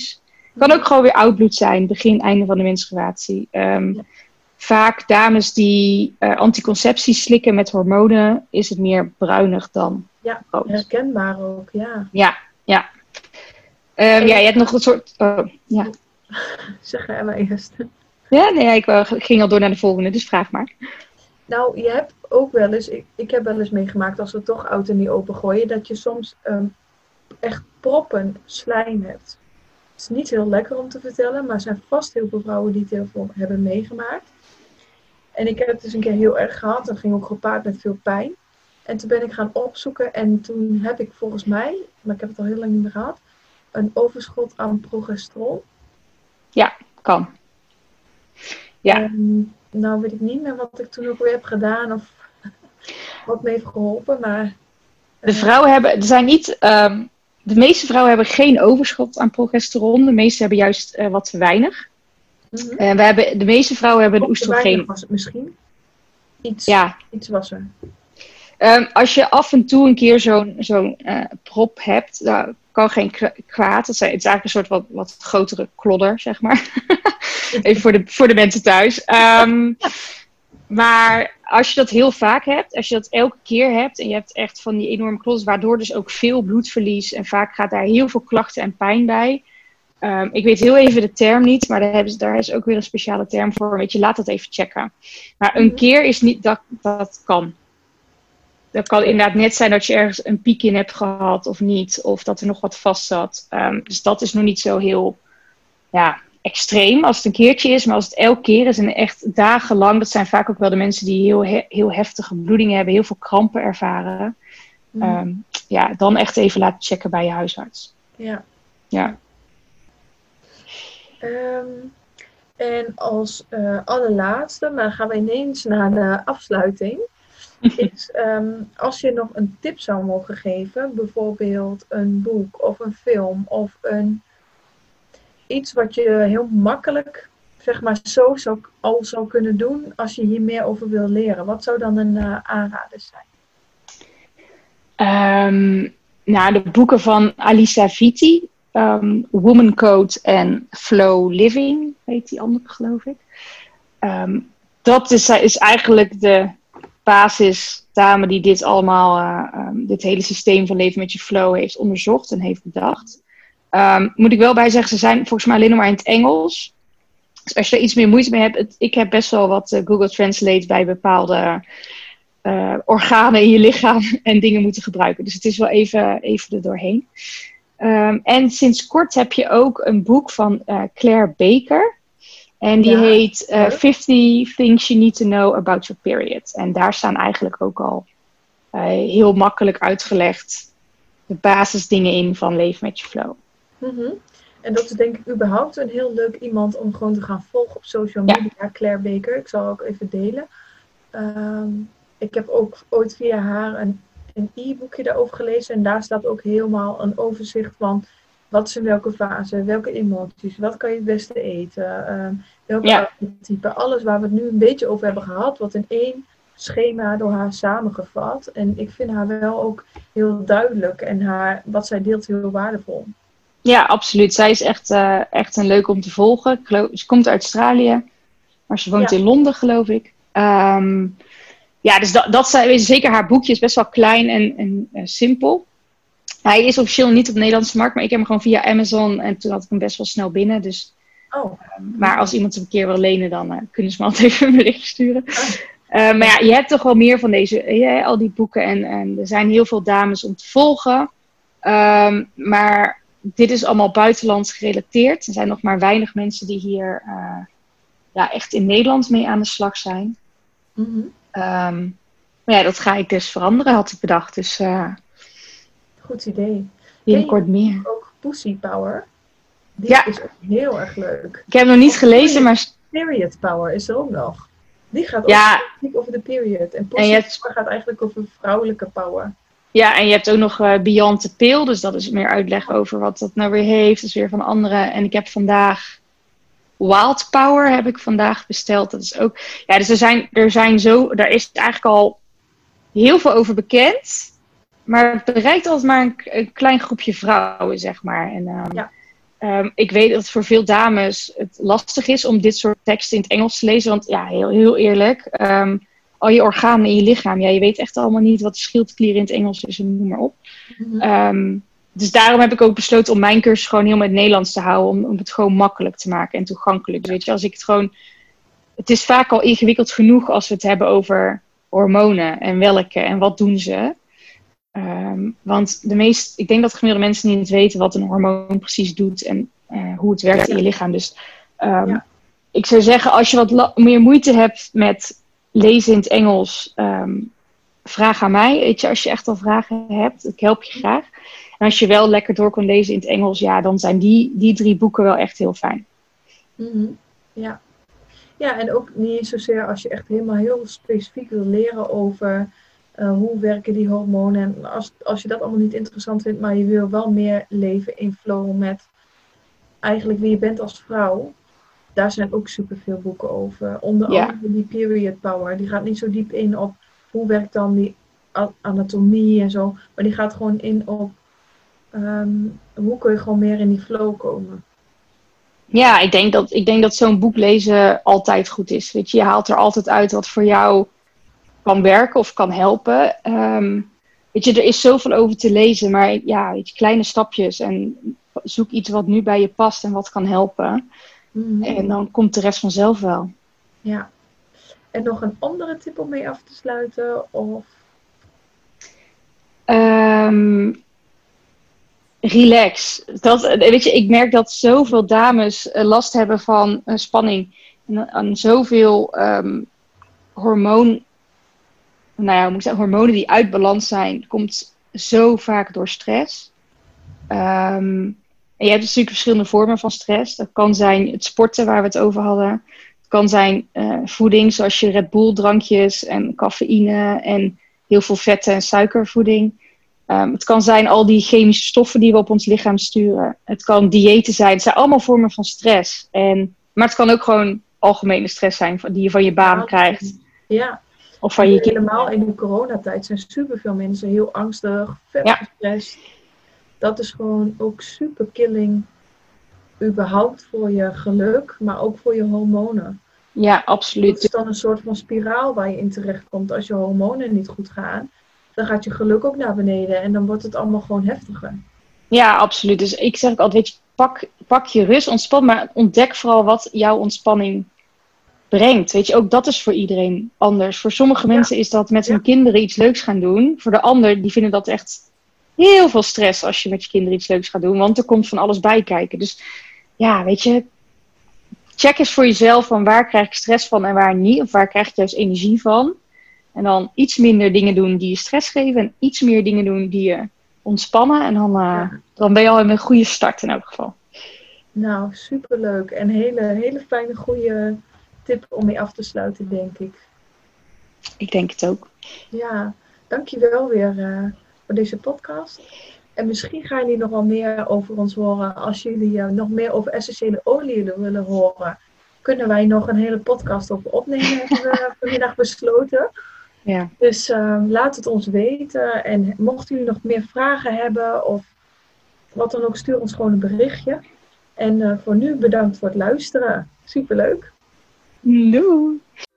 [SPEAKER 3] Kan ook gewoon weer oud bloed zijn, begin, einde van de menstruatie. Vaak dames die anticonceptie slikken met hormonen, is het meer bruinig dan rood.
[SPEAKER 2] Herkenbaar ook, ja.
[SPEAKER 3] Ja. Je hebt nog een soort... ja.
[SPEAKER 2] Zeg er maar eerst.
[SPEAKER 3] Ja, nee, ik ging al door naar de volgende, dus vraag maar.
[SPEAKER 2] Nou, je hebt ook wel eens... Ik heb wel eens meegemaakt, als we toch oud en niet opengooien, dat je soms echt proppen slijm hebt. Het is niet heel lekker om te vertellen, maar er zijn vast heel veel vrouwen die het heel veel hebben meegemaakt. En ik heb het dus een keer heel erg gehad. Dat ging ook gepaard met veel pijn. En toen ben ik gaan opzoeken. En toen heb ik volgens mij, maar ik heb het al heel lang niet meer gehad, een overschot aan progesteron.
[SPEAKER 3] Ja, kan. Ja.
[SPEAKER 2] Nou weet ik niet meer wat ik toen ook weer heb gedaan. Of wat me heeft geholpen. Maar
[SPEAKER 3] de vrouwen hebben, er zijn niet... de meeste vrouwen hebben geen overschot aan progesteron. De meeste hebben juist wat te weinig.
[SPEAKER 2] Mm-hmm.
[SPEAKER 3] De meeste vrouwen hebben de oestrogeen.
[SPEAKER 2] Was het misschien? Iets was er.
[SPEAKER 3] Als je af en toe een keer zo'n prop hebt, dat kan geen kwaad. Het is eigenlijk een soort wat grotere klodder, zeg maar. Even voor de mensen thuis. Maar als je dat heel vaak hebt, als je dat elke keer hebt en je hebt echt van die enorme klodders, waardoor dus ook veel bloedverlies en vaak gaat daar heel veel klachten en pijn bij. Ik weet heel even de term niet, maar daar is ook weer een speciale term voor. Weet je, laat dat even checken. Maar een keer is niet, dat kan. Dat kan inderdaad net zijn dat je ergens een piek in hebt gehad of niet. Of dat er nog wat vast zat. Dus dat is nog niet zo heel extreem als het een keertje is. Maar als het elke keer is en echt dagenlang. Dat zijn vaak ook wel de mensen die heel heftige bloedingen hebben. Heel veel krampen ervaren. Dan echt even laten checken bij je huisarts. Ja.
[SPEAKER 2] En als allerlaatste, maar dan gaan we ineens naar de afsluiting. Is als je nog een tip zou mogen geven, bijvoorbeeld een boek of een film of iets wat je heel makkelijk, zeg maar, zo zou kunnen doen als je hier meer over wil leren. Wat zou dan een aanrader zijn?
[SPEAKER 3] De boeken van Alisa Vitti, Woman Code en Flow Living, heet die andere, geloof ik. Dat is eigenlijk de basisdame die dit allemaal, dit hele systeem van leven met je flow heeft onderzocht en heeft bedacht. Moet ik wel bij zeggen, ze zijn volgens mij alleen nog maar in het Engels. Dus als je er iets meer moeite mee hebt, ik heb best wel wat Google Translate bij bepaalde organen in je lichaam en dingen moeten gebruiken. Dus het is wel even er doorheen. En sinds kort heb je ook een boek van Claire Baker. En die heet 50 Things You Need to Know About Your Period. En daar staan eigenlijk ook al heel makkelijk uitgelegd de basisdingen in van leven met je flow.
[SPEAKER 2] Mm-hmm. En dat is denk ik überhaupt een heel leuk iemand om gewoon te gaan volgen op social media. Claire Baker, ik zal ook even delen. Ik heb ook ooit via haar een e-boekje daarover gelezen. En daar staat ook helemaal een overzicht van wat is in welke fase, welke emoties, wat kan je het beste eten, welke archetypen. Alles waar we het nu een beetje over hebben gehad, wordt in één schema door haar samengevat. En ik vind haar wel ook heel duidelijk en wat zij deelt heel waardevol.
[SPEAKER 3] Ja, absoluut. Zij is echt een leuk om te volgen. Ze komt uit Australië, maar ze woont in Londen, geloof ik. Dus zeker haar boekje is best wel klein en simpel. Hij is officieel niet op de Nederlandse markt, maar ik heb hem gewoon via Amazon en toen had ik hem best wel snel binnen. Dus, maar als iemand hem een keer wil lenen, dan kunnen ze me altijd even een berichtje sturen. Maar je hebt toch wel meer van al die boeken en er zijn heel veel dames om te volgen. Maar dit is allemaal buitenlands gerelateerd. Er zijn nog maar weinig mensen die hier echt in Nederland mee aan de slag zijn.
[SPEAKER 2] Mm-hmm.
[SPEAKER 3] Maar dat ga ik dus veranderen, had ik bedacht. Dus
[SPEAKER 2] goed idee.
[SPEAKER 3] Binnenkort meer.
[SPEAKER 2] Ook Pussy Power. Die is ook heel erg leuk.
[SPEAKER 3] Ik heb hem nog niet gelezen, maar...
[SPEAKER 2] Period Power is er ook nog. Die gaat ook over de period. En Pussy Power gaat eigenlijk over vrouwelijke power.
[SPEAKER 3] Ja, en je hebt ook nog Beyond the Pill. Dus dat is meer uitleg over wat dat nou weer heeft. Dat is weer van anderen. En ik heb vandaag Wild Power heb ik vandaag besteld. Dat is ook... Ja, dus daar is eigenlijk al heel veel over bekend. Maar het bereikt altijd maar een klein groepje vrouwen, zeg maar. En Ik weet dat het voor veel dames het lastig is om dit soort teksten in het Engels te lezen. Want ja, heel eerlijk. Al je organen in je lichaam. Ja, je weet echt allemaal niet wat de schildklier in het Engels is en noem maar op. Dus daarom heb ik ook besloten om mijn cursus gewoon heel met het Nederlands te houden. Om het gewoon makkelijk te maken en toegankelijk. Dus weet je, als ik het gewoon... Het is vaak al ingewikkeld genoeg als we het hebben over hormonen en welke en wat doen ze. Want ik denk dat gemiddelde mensen niet weten wat een hormoon precies doet en hoe het werkt in je lichaam. Dus ik zou zeggen, als je wat meer moeite hebt met lezen in het Engels, vraag aan mij. Weet je, als je echt al vragen hebt, ik help je graag. En als je wel lekker door kan lezen in het Engels, ja, dan zijn die 3 boeken wel echt heel fijn.
[SPEAKER 2] Ja. Ja, en ook niet zozeer als je echt helemaal heel specifiek wil leren over hoe werken die hormonen. En als je dat allemaal niet interessant vindt, maar je wil wel meer leven in flow met eigenlijk wie je bent als vrouw. Daar zijn ook superveel boeken over. Onder andere die Period Power. Die gaat niet zo diep in op hoe werkt dan die anatomie en zo. Maar die gaat gewoon in op hoe kun je gewoon meer in die flow komen.
[SPEAKER 3] Ja, ik denk dat zo'n boek lezen altijd goed is. Weet je haalt er altijd uit wat voor jou kan werken of kan helpen. Weet je, er is zoveel over te lezen, maar ja, weet je, kleine stapjes en zoek iets wat nu bij je past en wat kan helpen. En dan komt de rest vanzelf wel.
[SPEAKER 2] Ja. En nog een andere tip om mee af te sluiten? Of...
[SPEAKER 3] Relax. Weet je, ik merk dat zoveel dames last hebben van spanning. En zoveel hormonen die uit balans zijn, komt zo vaak door stress. En je hebt natuurlijk verschillende vormen van stress. Dat kan zijn het sporten waar we het over hadden. Het kan zijn voeding, zoals je Red Bull drankjes en cafeïne en heel veel vette en suikervoeding. Het kan zijn al die chemische stoffen die we op ons lichaam sturen. Het kan diëten zijn. Het zijn allemaal vormen van stress. Maar het kan ook gewoon algemene stress zijn die je van je baan krijgt.
[SPEAKER 2] Ja.
[SPEAKER 3] Of van je
[SPEAKER 2] helemaal in de coronatijd zijn superveel mensen heel angstig, vet gestrest. Dat is gewoon ook super killing. Überhaupt voor je geluk, maar ook voor je hormonen.
[SPEAKER 3] Ja, absoluut.
[SPEAKER 2] Het is dan een soort van spiraal waar je in terecht komt. Als je hormonen niet goed gaan, dan gaat je geluk ook naar beneden. En dan wordt het allemaal gewoon heftiger.
[SPEAKER 3] Ja, absoluut. Dus ik zeg ook altijd, weet je, pak je rust, ontspan. Maar ontdek vooral wat jouw ontspanning brengt. Weet je, ook dat is voor iedereen anders. Voor sommige mensen is dat met hun kinderen iets leuks gaan doen. Voor de ander, die vinden dat echt heel veel stress als je met je kinderen iets leuks gaat doen. Want er komt van alles bij kijken. Dus ja, weet je, check eens voor jezelf van waar krijg ik stress van en waar niet. Of waar krijg ik juist energie van. En dan iets minder dingen doen die je stress geven. En iets meer dingen doen die je ontspannen. En dan ben je al in een goede start in elk geval.
[SPEAKER 2] Nou, superleuk. En hele fijne, goede tip om mee af te sluiten, denk ik.
[SPEAKER 3] Ik denk het ook.
[SPEAKER 2] Ja, dankjewel weer voor deze podcast. En misschien gaan jullie nog wel meer over ons horen. Als jullie nog meer over essentiële oliën willen horen, kunnen wij nog een hele podcast over opnemen, hebben we vanmiddag besloten.
[SPEAKER 3] Ja.
[SPEAKER 2] Dus laat het ons weten. En mochten jullie nog meer vragen hebben of wat dan ook, stuur ons gewoon een berichtje. En voor nu bedankt voor het luisteren. Superleuk.
[SPEAKER 3] Doei.